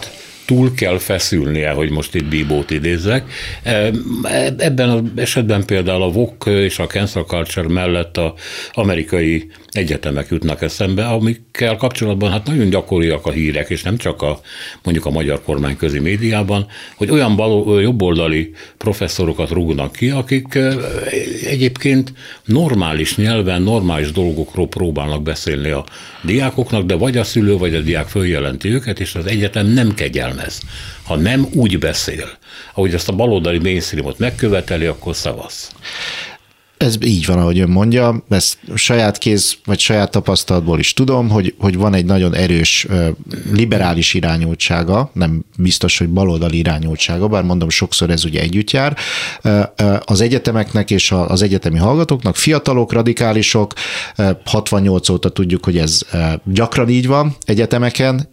túl kell feszülnie, hogy most itt Bíbót idézzek. Ebben az esetben például a woke és a cancel culture mellett az amerikai egyetemek jutnak eszembe, amikkel kapcsolatban hát nagyon gyakoriak a hírek, és nem csak mondjuk a magyar kormányközi médiában, hogy olyan jobboldali professzorokat rúgnak ki, akik egyébként normális nyelven, normális dolgokról próbálnak beszélni a diákoknak, de vagy a szülő, vagy a diák följelenti őket, és az egyetem nem kegyelmez. Ha nem úgy beszél, ahogy ezt a baloldali mainstreamot megköveteli, akkor szavasz. Ez így van, ahogy ön mondja, ezt saját kéz, vagy saját tapasztalatból is tudom, hogy van egy nagyon erős liberális irányultsága, nem biztos, hogy baloldali irányultsága, bár mondom, sokszor ez ugye együtt jár, az egyetemeknek és az egyetemi hallgatóknak, fiatalok, radikálisok, 68 óta tudjuk, hogy ez gyakran így van egyetemeken,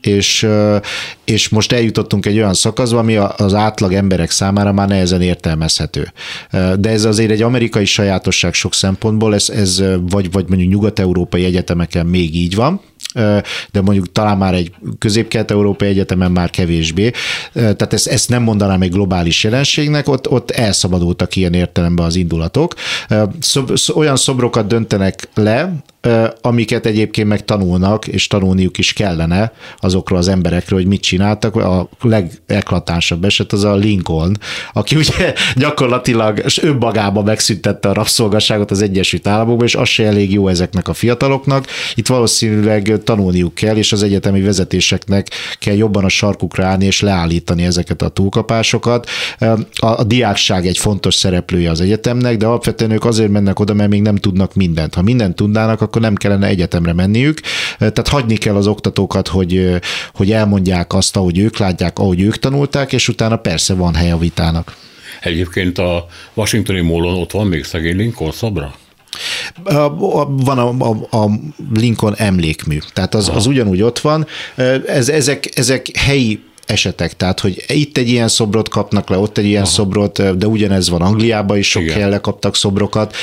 és most eljutottunk egy olyan szakaszba, ami az átlag emberek számára már nehezen értelmezhető. De ez azért egy amerikai sajátosság sok szempontból, ez vagy mondjuk nyugat-európai egyetemeken még így van, de mondjuk talán már egy közép-kelet-európai egyetemen már kevésbé. Tehát ezt nem mondanám egy globális jelenségnek, ott elszabadultak ilyen értelemben az indulatok. Olyan szobrokat döntenek le, amiket egyébként meg tanulnak, és tanulniuk is kellene azokról az emberekről, hogy mit csináltak. A legeklatánsabb eset az a Lincoln, aki ugye gyakorlatilag önmagában megszüntette a rabszolgaságot az Egyesült Államokban, és az se elég jó ezeknek a fiataloknak. Itt valószínűleg tanulniuk kell, és az egyetemi vezetéseknek kell jobban a sarkukra állni, és leállítani ezeket a túlkapásokat. A diákság egy fontos szereplője az egyetemnek, de alapvetően ők azért mennek oda, mert még nem tudnak mindent. Ha mindent tudnának, akkor nem kellene egyetemre menniük. Tehát hagyni kell az oktatókat, hogy elmondják azt, ahogy ők látják, ahogy ők tanulták, és utána persze van hely a vitának. Egyébként a Washingtoni Mólon ott van még szegény Lincoln szobra? Van a Lincoln emlékmű, tehát az ugyanúgy ott van. Ezek helyi esetek, tehát hogy itt egy ilyen szobrot kapnak le, ott egy ilyen szobrot, de ugyanez van Angliában is, sok helyen lekaptak szobrokat.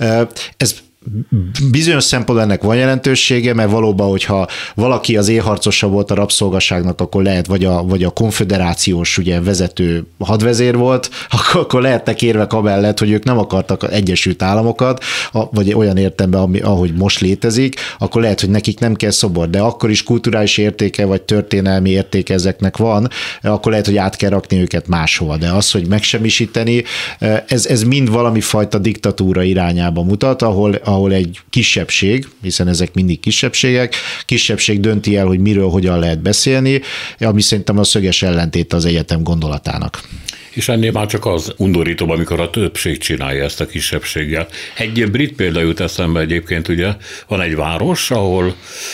Ez bizonyos szempontból ennek van jelentősége, mert valóban, hogyha valaki az élharcosa volt a rabszolgaságnak, akkor lehet, vagy a konföderációs ugye, vezető hadvezér volt, akkor lehetnek érvek amellett, hogy ők nem akartak Egyesült Államokat, vagy olyan értelemben, ahogy most létezik, akkor lehet, hogy nekik nem kell szobor, de akkor is kulturális értéke, vagy történelmi értéke ezeknek van, akkor lehet, hogy át kell rakni őket máshova, de az, hogy megsemmisíteni, ez mind valami fajta diktatúra irányába mutat, ahol egy kisebbség, hiszen ezek mindig kisebbség dönti el, hogy miről, hogyan lehet beszélni, ami szerintem a szöges ellentét az egyetem gondolatának. És ennél már csak az undorítóbb, amikor a többség csinálja ezt a kisebbséggel. Egy brit példa jut eszembe egyébként, ugye van egy város, ahol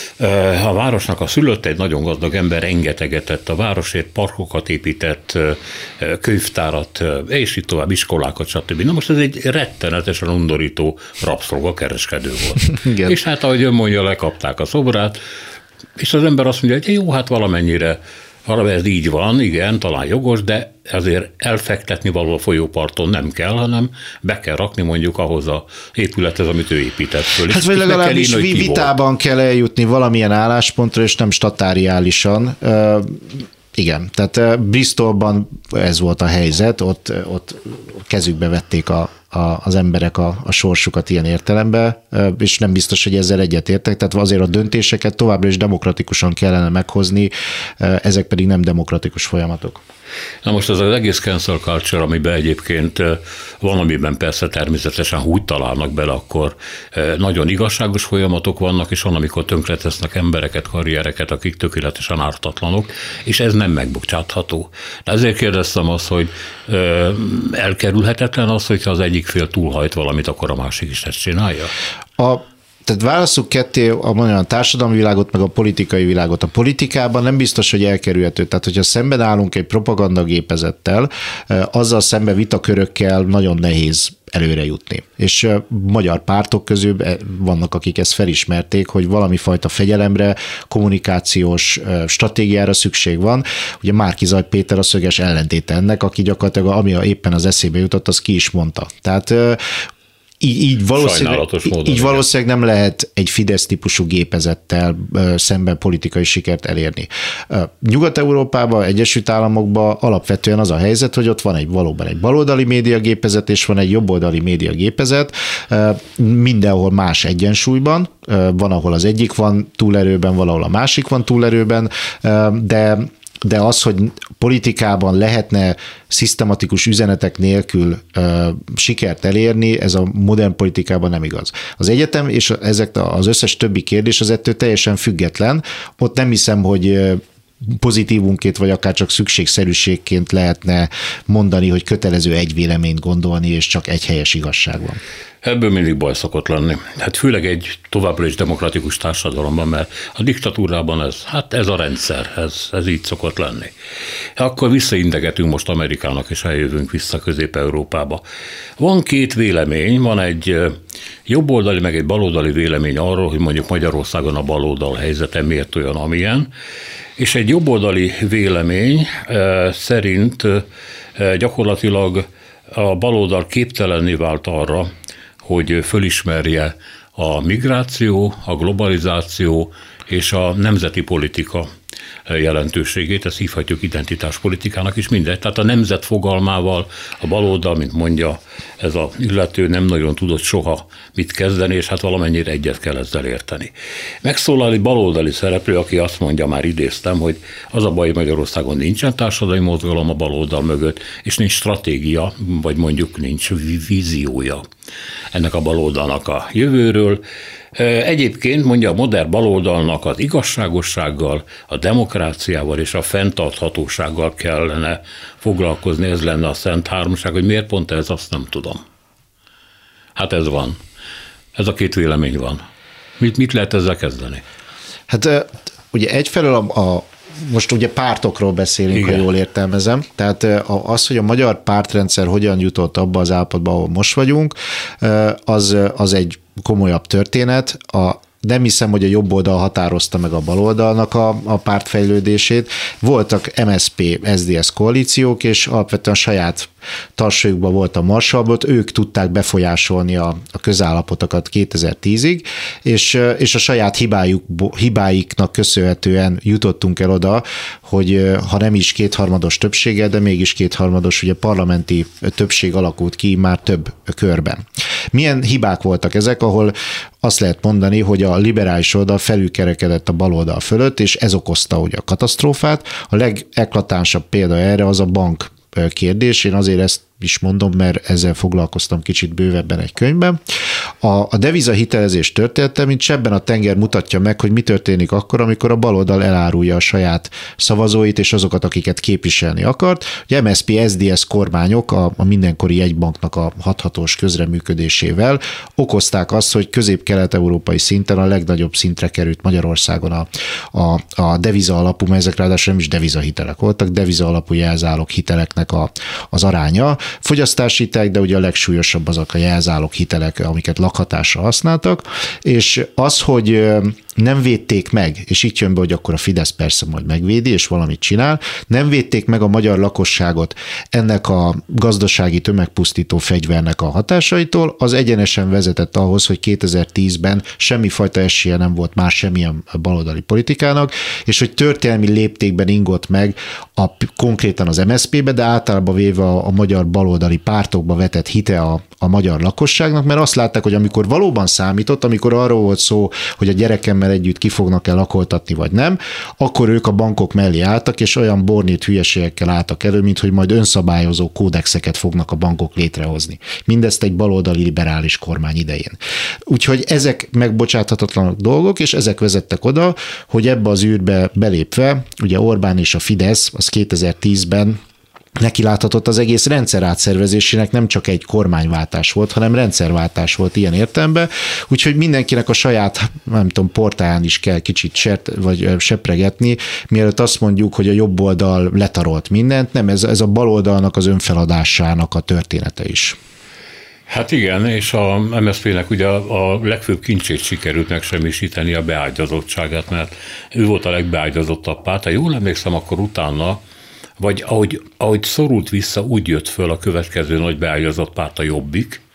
a városnak a szülött egy nagyon gazdag ember rengeteget tett a városért, parkokat épített, könyvtárat, és itt tovább iskolákat, stb. Na most ez egy rettenetesen undorító rabszolgakereskedő volt. Igen. És hát ahogy ön mondja, lekapták a szobrát, és az ember azt mondja, hogy jó, hát valamennyire ez így van, igen, talán jogos, de azért elfektetni való a folyóparton nem kell, hanem be kell rakni mondjuk ahhoz az épülethez, amit ő épített föl. Hát vagy legalábbis vitában kell eljutni valamilyen álláspontra, és nem statáriálisan. Igen, tehát Bristolban ez volt a helyzet, ott kezükbe vették az emberek a sorsukat ilyen értelemben, és nem biztos, hogy ezzel egyetértek, tehát azért a döntéseket továbbra is demokratikusan kellene meghozni, ezek pedig nem demokratikus folyamatok. Na most ez az egész cancel culture, amiben egyébként van, amiben persze természetesen úgy találnak bele, akkor nagyon igazságos folyamatok vannak, és van, amikor tönkretesznek embereket, karriereket, akik tökéletesen ártatlanok, és ez nem megbocsátható. De ezért kérdeztem azt, hogy elkerülhetetlen az, hogyha az egyik fél túlhajt valamit, akkor a másik is ezt csinálja? Tehát válasszuk ketté a társadalmi világot, meg a politikai világot. A politikában nem biztos, hogy elkerülhető. Tehát, hogyha szemben állunk egy propagandagépezettel, azzal szemben vitakörökkel nagyon nehéz előre jutni. És magyar pártok közül vannak, akik ezt felismerték, hogy valami fajta fegyelemre, kommunikációs stratégiára szükség van. Ugye Márki-Zay Péter a szöges ellentéte ennek, aki gyakorlatilag ami éppen az eszébe jutott, az ki is mondta. Tehát így valószínűleg nem lehet egy Fidesz típusú gépezettel szemben politikai sikert elérni. Nyugat-Európában, Egyesült Államokban alapvetően az a helyzet, hogy ott van valóban egy baloldali médiagépezet, és van egy jobboldali médiagépezet, mindenhol más egyensúlyban, van, ahol az egyik van túlerőben, valahol a másik van túlerőben, de az, hogy politikában lehetne szisztematikus üzenetek nélkül sikert elérni, ez a modern politikában nem igaz. Az egyetem és az összes többi kérdés az ettől teljesen független. Ott nem hiszem, hogy pozitívunként, vagy akár csak szükségszerűségként lehetne mondani, hogy kötelező egy véleményt gondolni, és csak egy helyes igazság van. Ebből mindig baj szokott lenni. Hát főleg egy továbbra is demokratikus társadalomban, mert a diktatúrában ez a rendszer, ez így szokott lenni. Akkor visszaintegetünk most Amerikának, és eljövünk vissza Közép-Európába. Van két vélemény, van egy jobboldali, meg egy baloldali vélemény arról, hogy mondjuk Magyarországon a baloldal helyzete miért olyan, amilyen, és egy jobboldali vélemény szerint gyakorlatilag a baloldal képtelenné vált arra, hogy fölismerje a migráció, a globalizáció és a nemzeti politika jelentőségét, ezt hívhatjuk identitáspolitikának is, mindegy. Tehát a nemzet fogalmával a baloldal, mint mondja ez az illető, nem nagyon tudott soha mit kezdeni, és hát valamennyire egyet kell ezzel érteni. Megszólal egy baloldali szereplő, aki azt mondja, már idéztem, hogy az a baj, Magyarországon nincsen társadalmi mozgalom a baloldal mögött, és nincs stratégia, vagy mondjuk nincs víziója ennek a baloldalnak a jövőről. Egyébként mondja, a modern baloldalnak az igazságossággal, a demokráciával és a fenntarthatósággal kellene foglalkozni, ez lenne a szent háromság, hogy miért pont ez, azt nem tudom. Hát ez van. Ez a két vélemény van. Mit lehet ezzel kezdeni? Hát ugye egyfelől most ugye pártokról beszélünk, igen, ha jól értelmezem. Tehát az, hogy a magyar pártrendszer hogyan jutott abba az állapotba, ahol most vagyunk, az egy komolyabb történet. Nem hiszem, hogy a jobb oldal határozta meg a baloldalnak a pártfejlődését. Voltak MSZP, SZDSZ koalíciók, és alapvetően saját tartsajukban volt a Marshallbot, ők tudták befolyásolni a közállapotokat 2010-ig, és a saját hibáiknak köszönhetően jutottunk el oda, hogy ha nem is kétharmados többséggel, de mégis kétharmados ugye parlamenti többség alakult ki már több körben. Milyen hibák voltak ezek, ahol azt lehet mondani, hogy a liberális oldal felülkerekedett a baloldal fölött, és ez okozta ugye a katasztrófát. A legeklatánsabb példa erre az a bank kérdés, én azért ezt is mondom, mert ezzel foglalkoztam kicsit bővebben egy könyvben. A devizahitelezés története, mint sebben a tenger mutatja meg, hogy mi történik akkor, amikor a baloldal elárulja a saját szavazóit és azokat, akiket képviselni akart. Ugye MSZP, SZDSZ kormányok a mindenkori jegybanknak a hathatós közreműködésével okozták azt, hogy közép-kelet-európai szinten a legnagyobb szintre került Magyarországon a deviza alapú, mert ezek ráadásul nem is devizahitelek voltak, deviza alapú jelzálog hiteleknek az aránya. Fogyasztási hitelek, de ugye a legsúlyosabb azok a jelzálog hitelek, amiket lakhatásra használtak, és az, hogy nem védték meg, és itt jön be, hogy akkor a Fidesz persze majd megvédi, és valamit csinál, nem védték meg a magyar lakosságot ennek a gazdasági tömegpusztító fegyvernek a hatásaitól, az egyenesen vezetett ahhoz, hogy 2010-ben semmifajta esélye nem volt már semmilyen baloldali politikának, és hogy történelmi léptékben ingott meg konkrétan az MSZP-be, de általában véve a magyar baloldali pártokba vetett hite a magyar lakosságnak, mert azt látták, hogy amikor valóban számított, amikor arról volt szó, hogy a gyerekemmel együtt ki fognak-e lakoltatni, vagy nem, akkor ők a bankok mellé álltak, és olyan bornírt hülyeségekkel álltak elő, mint hogy majd önszabályozó kódexeket fognak a bankok létrehozni. Mindezt egy baloldali liberális kormány idején. Úgyhogy ezek megbocsáthatatlan dolgok, és ezek vezettek oda, hogy ebbe az űrbe belépve, ugye Orbán és a Fidesz az 2010-ben neki láthatott az egész rendszer átszervezésének, nem csak egy kormányváltás volt, hanem rendszerváltás volt ilyen értelemben, úgyhogy mindenkinek a saját, nem tudom, portáján is kell kicsit sepregetni, mielőtt azt mondjuk, hogy a jobb oldal letarolt mindent, nem, ez a bal oldalnak az önfeladásának a története is. Hát igen, és a MSZP-nek ugye a legfőbb kincsét sikerült megsemmisíteni, a beágyazottságát, mert ő volt a legbeágyazottabb párt. Ha jól emlékszem, akkor utána, vagy ahogy szorult vissza, úgy jött föl a következő nagy beágyazott párt, a Jobbik,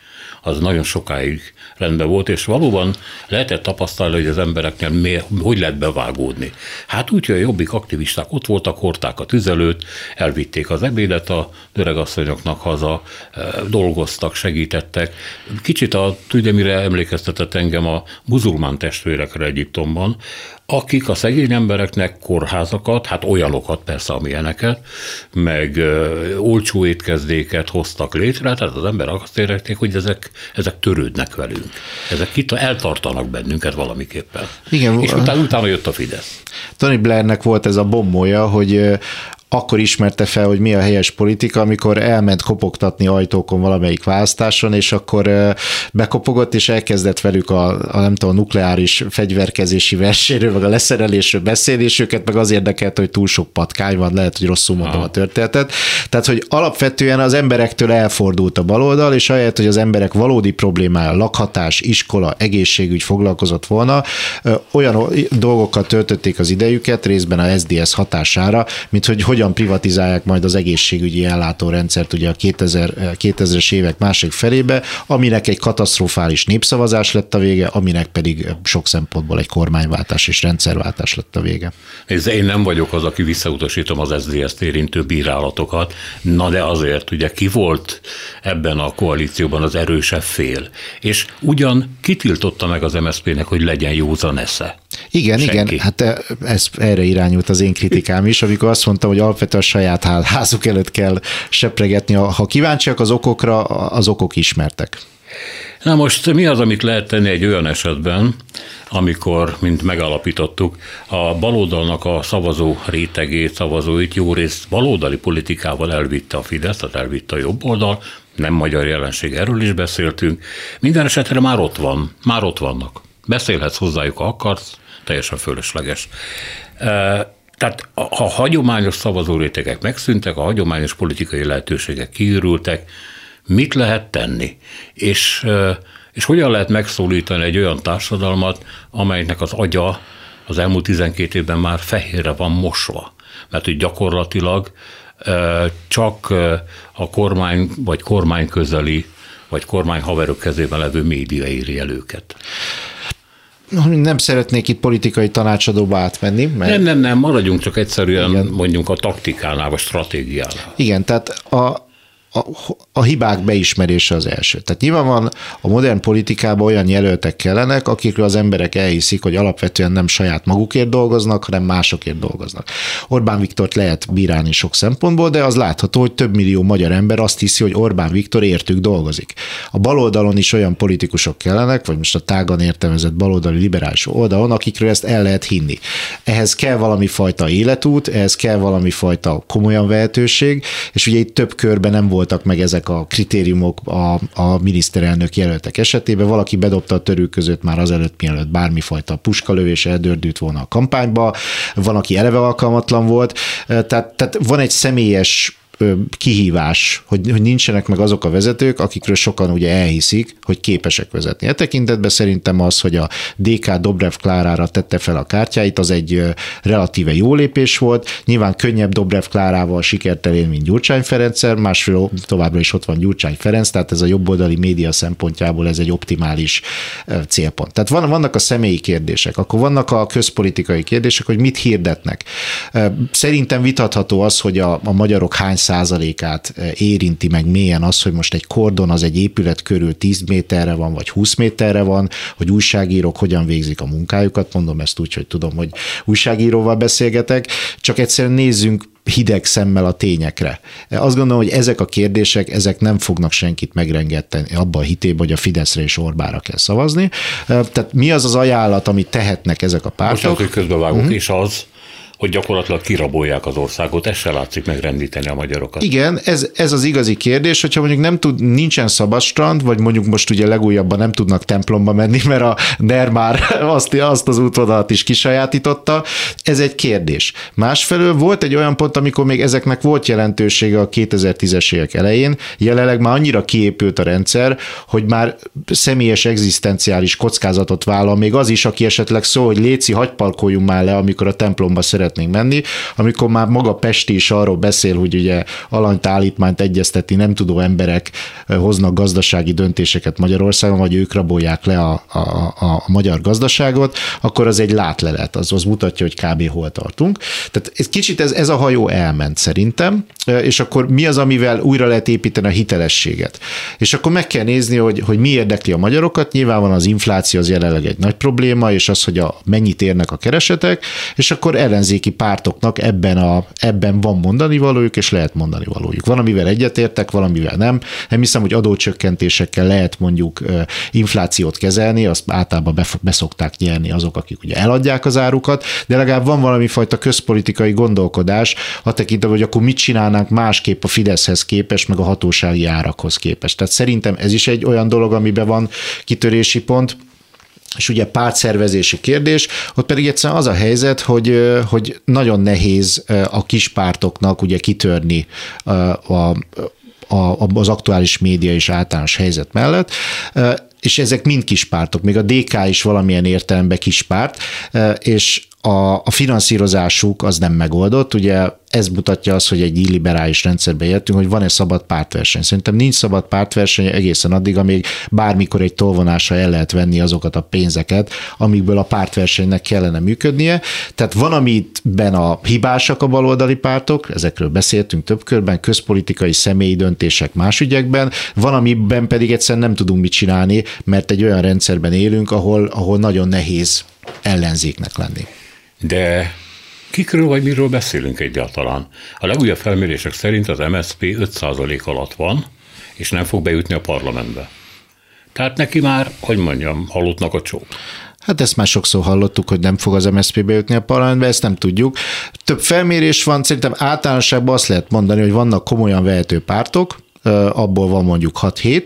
az nagyon sokáig rendben volt, és valóban lehetett tapasztalni, hogy az embereknél hogy lehet bevágódni. Hát úgy, hogy a Jobbik aktivisták ott voltak, hordták a tüzelőt, elvitték az ebédet a öregasszonyoknak haza, dolgoztak, segítettek. Kicsit tudja, mire emlékeztetett engem a muzulmán testvérekre Egyiptomban, akik a szegény embereknek kórházakat, hát olyanokat persze, amilyeneket, meg olcsó étkezdéket hoztak létre, tehát az emberek azt érezték, hogy ezek törődnek velünk. Ezek eltartanak bennünket valamiképpen. Igen, és utána jött a Fidesz. Tony Blairnek volt ez a bombója, hogy akkor ismerte fel, hogy mi a helyes politika, amikor elment kopogtatni ajtókon valamelyik választáson, és akkor bekopogott, és elkezdett velük nem tudom, a nukleáris fegyverkezési versenyről, meg a leszerelésről beszélni, és őket meg az érdekelte, hogy túl sok patkány van, lehet, hogy rosszul mondom a történetet. Tehát, hogy alapvetően az emberektől elfordult a baloldal, és ahelyett, hogy az emberek valódi problémája, lakhatás, iskola, egészségügy foglalkozott volna, olyan dolgokkal töltötték az idejüket, részben a SDS hatására, mint hogy hogyan privatizálják majd az egészségügyi ellátórendszert ugye a 2000-es évek másik felébe, aminek egy katasztrofális népszavazás lett a vége, aminek pedig sok szempontból egy kormányváltás és rendszerváltás lett a vége. Én nem vagyok az, aki visszautasítom az SZDSZ-t érintő bírálatokat, na de azért ugye ki volt ebben a koalícióban az erősebb fél, és ugyan kitiltotta meg az MSZP-nek, hogy legyen józan esze. Igen, hát erre irányult az én kritikám is, amikor azt mondtam, hogy alapvetően a saját házuk előtt kell sepregetni. Ha kíváncsiak az okokra, az okok ismertek. Na most mi az, amit lehet tenni egy olyan esetben, amikor, mint megalapítottuk, a baloldalnak a szavazó rétegét, szavazóit jó részt baloldali politikával elvitte a Fidesz, tehát elvitte a jobb oldal, nem magyar jelenség, erről is beszéltünk. Minden esetre már ott vannak. Beszélhetsz hozzájuk, ha akarsz, teljesen fölösleges. Tehát ha hagyományos szavazórétegek megszűntek, a hagyományos politikai lehetőségek kiürültek, mit lehet tenni? És hogyan lehet megszólítani egy olyan társadalmat, amelynek az agya az elmúlt 12 évben már fehérre van mosva? Mert hogy gyakorlatilag csak a kormány vagy kormányközeli vagy kormányhaverok kezében levő média éri el őket. Nem szeretnék itt politikai tanácsadóba átmenni. Mert... Nem, maradjunk csak egyszerűen mondjuk a taktikánál, vagy stratégiánál. Igen, tehát a hibák beismerése az első. Tehát nyilván van a modern politikában olyan jelöltek kellenek, akikről az emberek elhiszik, hogy alapvetően nem saját magukért dolgoznak, hanem másokért dolgoznak. Orbán Viktort lehet bírálni sok szempontból, de az látható, hogy több millió magyar ember azt hiszi, hogy Orbán Viktor értük dolgozik. A baloldalon is olyan politikusok kellenek, vagy most a tágan értelmezett baloldali liberális oldalon, akikről ezt el lehet hinni. Ehhez kell valami fajta életút, ehhez kell valami fajta komolyan vehetőség, és ugye itt több körben nem voltak meg ezek a kritériumok a miniszterelnök jelöltek esetében. Valaki bedobta a törők között már azelőtt, mielőtt bármifajta puskalövés eldördült volna a kampányba, van, aki eleve alkalmatlan volt, tehát van egy személyes kihívás, hogy nincsenek meg azok a vezetők, akikről sokan ugye elhiszik, hogy képesek vezetni. E tekintetben szerintem az, hogy a DK Dobrev Klárára tette fel a kártyáit, az egy relatíve jó lépés volt. Nyilván könnyebb Dobrev Klárával sikert elérni, mint Gyurcsány Ferenccel, másfél továbbra is ott van Gyurcsány Ferenc, tehát ez a jobboldali média szempontjából ez egy optimális célpont. Tehát vannak a személyi kérdések, akkor vannak a közpolitikai kérdések, hogy mit hirdetnek. Szerintem vitatható az, hogy a magyarok hány százalékát érinti meg mélyen az, hogy most egy kordon az egy épület körül 10 méterre van, vagy 20 méterre van, hogy újságírók hogyan végzik a munkájukat, mondom ezt úgy, hogy tudom, hogy újságíróval beszélgetek, csak egyszerűen nézzünk hideg szemmel a tényekre. Azt gondolom, hogy ezek a kérdések, ezek nem fognak senkit megrengetteni abban a hitében, hogy a Fideszre és Orbánra kell szavazni. Tehát mi az az ajánlat, amit tehetnek ezek a pártok? Most hogy közbevágunk, és az, hogy gyakorlatilag kirabolják az országot, ez se látszik megrendíteni a magyarokat. Igen, ez az igazi kérdés, hogyha mondjuk nincsen szabadstrand, vagy mondjuk most ugye legújabban nem tudnak templomba menni, mert a NER már azt az útvonalat is kisajátította, ez egy kérdés. Másfelől volt egy olyan pont, amikor még ezeknek volt jelentősége a 2010-es évek elején, jelenleg már annyira kiépült a rendszer, hogy már személyes egzisztenciális kockázatot vállal még az is, aki esetleg szól, hogy léci, hagyj parkoljunk már le, amikor a templomba szeretnénk szeretnénk menni, amikor már maga Pesti is arról beszél, hogy ugye alanytállítmányt egyeztetni nem tudó emberek hoznak gazdasági döntéseket Magyarországon, vagy ők rabolják le a magyar gazdaságot, akkor az egy látlelet, az mutatja, hogy kb. Hol tartunk. Tehát kicsit ez a hajó elment szerintem, és akkor mi az, amivel újra lehet építeni a hitelességet. És akkor meg kell nézni, hogy mi érdekli a magyarokat. Nyilván van az infláció, az jelenleg egy nagy probléma, és az, hogy mennyit érnek a keresetek, és akkor ellenzéki pártoknak ebben van mondani valójuk, és lehet mondani valójuk. Van, amivel egyetértek, valamivel nem. Nem hiszem, hogy adócsökkentésekkel lehet mondjuk inflációt kezelni, azt általában beszokták nyerni azok, akik ugye eladják az árukat, de legalább van valami fajta közpolitikai gondolkodás, a tekintetben, hogy akkor mit csinálnánk másképp a Fideszhez képest, meg a hatósági árakhoz képest. Tehát szerintem ez is egy olyan dolog, amiben van kitörési pont, és ugye pártszervezési kérdés, ott pedig egyszerűen az a helyzet, hogy nagyon nehéz a kis pártoknak ugye kitörni az aktuális média és általános helyzet mellett, és ezek mind kispártok, még a DK is valamilyen értelemben kispárt, és a finanszírozásuk az nem megoldott, ugye ez mutatja azt, hogy egy illiberális rendszerbe éltünk, hogy van-e szabad pártverseny. Szerintem nincs szabad pártverseny egészen addig, amíg bármikor egy tolvonásra el lehet venni azokat a pénzeket, amikből a pártversenynek kellene működnie. Tehát van, amiben a hibásak a baloldali pártok, ezekről beszéltünk több körben, közpolitikai személyi döntések más ügyekben, van, amiben pedig egyszerűen nem tudunk mit csinálni, mert egy olyan rendszerben élünk, ahol nagyon nehéz ellenzéknek lenni. De kikről vagy miről beszélünk egyáltalán? A legújabb felmérések szerint az MSZP 5% alatt van, és nem fog bejutni a parlamentbe. Tehát neki már, hogy mondjam, halottnak a csók. Hát ezt már sokszor hallottuk, hogy nem fog az MSZP bejutni a parlamentbe, ezt nem tudjuk. Több felmérés van, szerintem általánosságban azt lehet mondani, hogy vannak komolyan vehető pártok, abból van mondjuk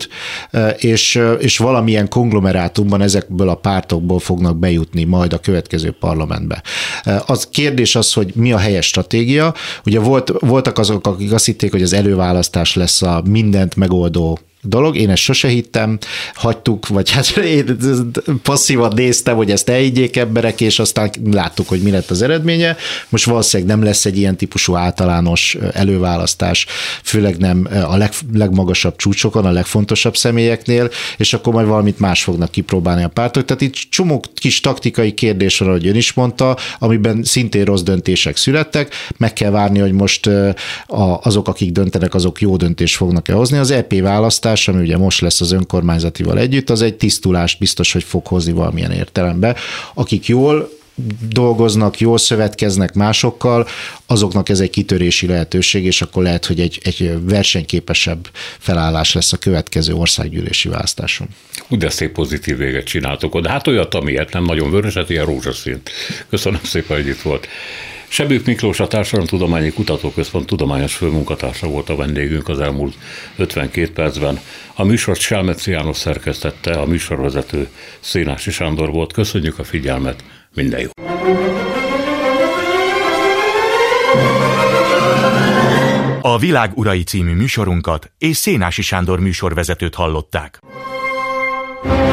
6-7, és valamilyen konglomerátumban ezekből a pártokból fognak bejutni majd a következő parlamentbe. Az kérdés az, hogy mi a helyes stratégia. Ugye voltak azok, akik azt hitték, hogy az előválasztás lesz a mindent megoldó dolog, én ezt sose hittem, hagytuk, vagy hát én passzívan néztem, hogy ezt elhiggyék emberek, és aztán láttuk, hogy mi lett az eredménye. Most valószínűleg nem lesz egy ilyen típusú általános előválasztás, főleg nem a legmagasabb csúcsokon, a legfontosabb személyeknél, és akkor majd valamit más fognak kipróbálni a pártok. Tehát itt csomó kis taktikai kérdés van, ahogy ön is mondta, amiben szintén rossz döntések születtek, meg kell várni, hogy most azok, akik döntenek, azok jó döntést fognak-e hozni. Az EP választás, ami ugye most lesz az önkormányzatival együtt, az egy tisztulást biztos, hogy fog hozni valamilyen értelemben. Akik jól dolgoznak, jól szövetkeznek másokkal, azoknak ez egy kitörési lehetőség, és akkor lehet, hogy egy versenyképesebb felállás lesz a következő országgyűlési választáson. De szép pozitív véget csináltok, de hát olyat, amilyet nem nagyon vöröset, ilyen rózsaszínt. Köszönöm szépen, hogy itt volt. Sebők Miklós, a Társadalomtudományi Kutatóközpont tudományos főmunkatársa volt a vendégünk az elmúlt 52 percben. A műsort Selmeci János szerkesztette, a műsorvezető Szénási Sándor volt. Köszönjük a figyelmet, minden jó! A Világ urai című műsorunkat és Szénási Sándor műsorvezetőt hallották.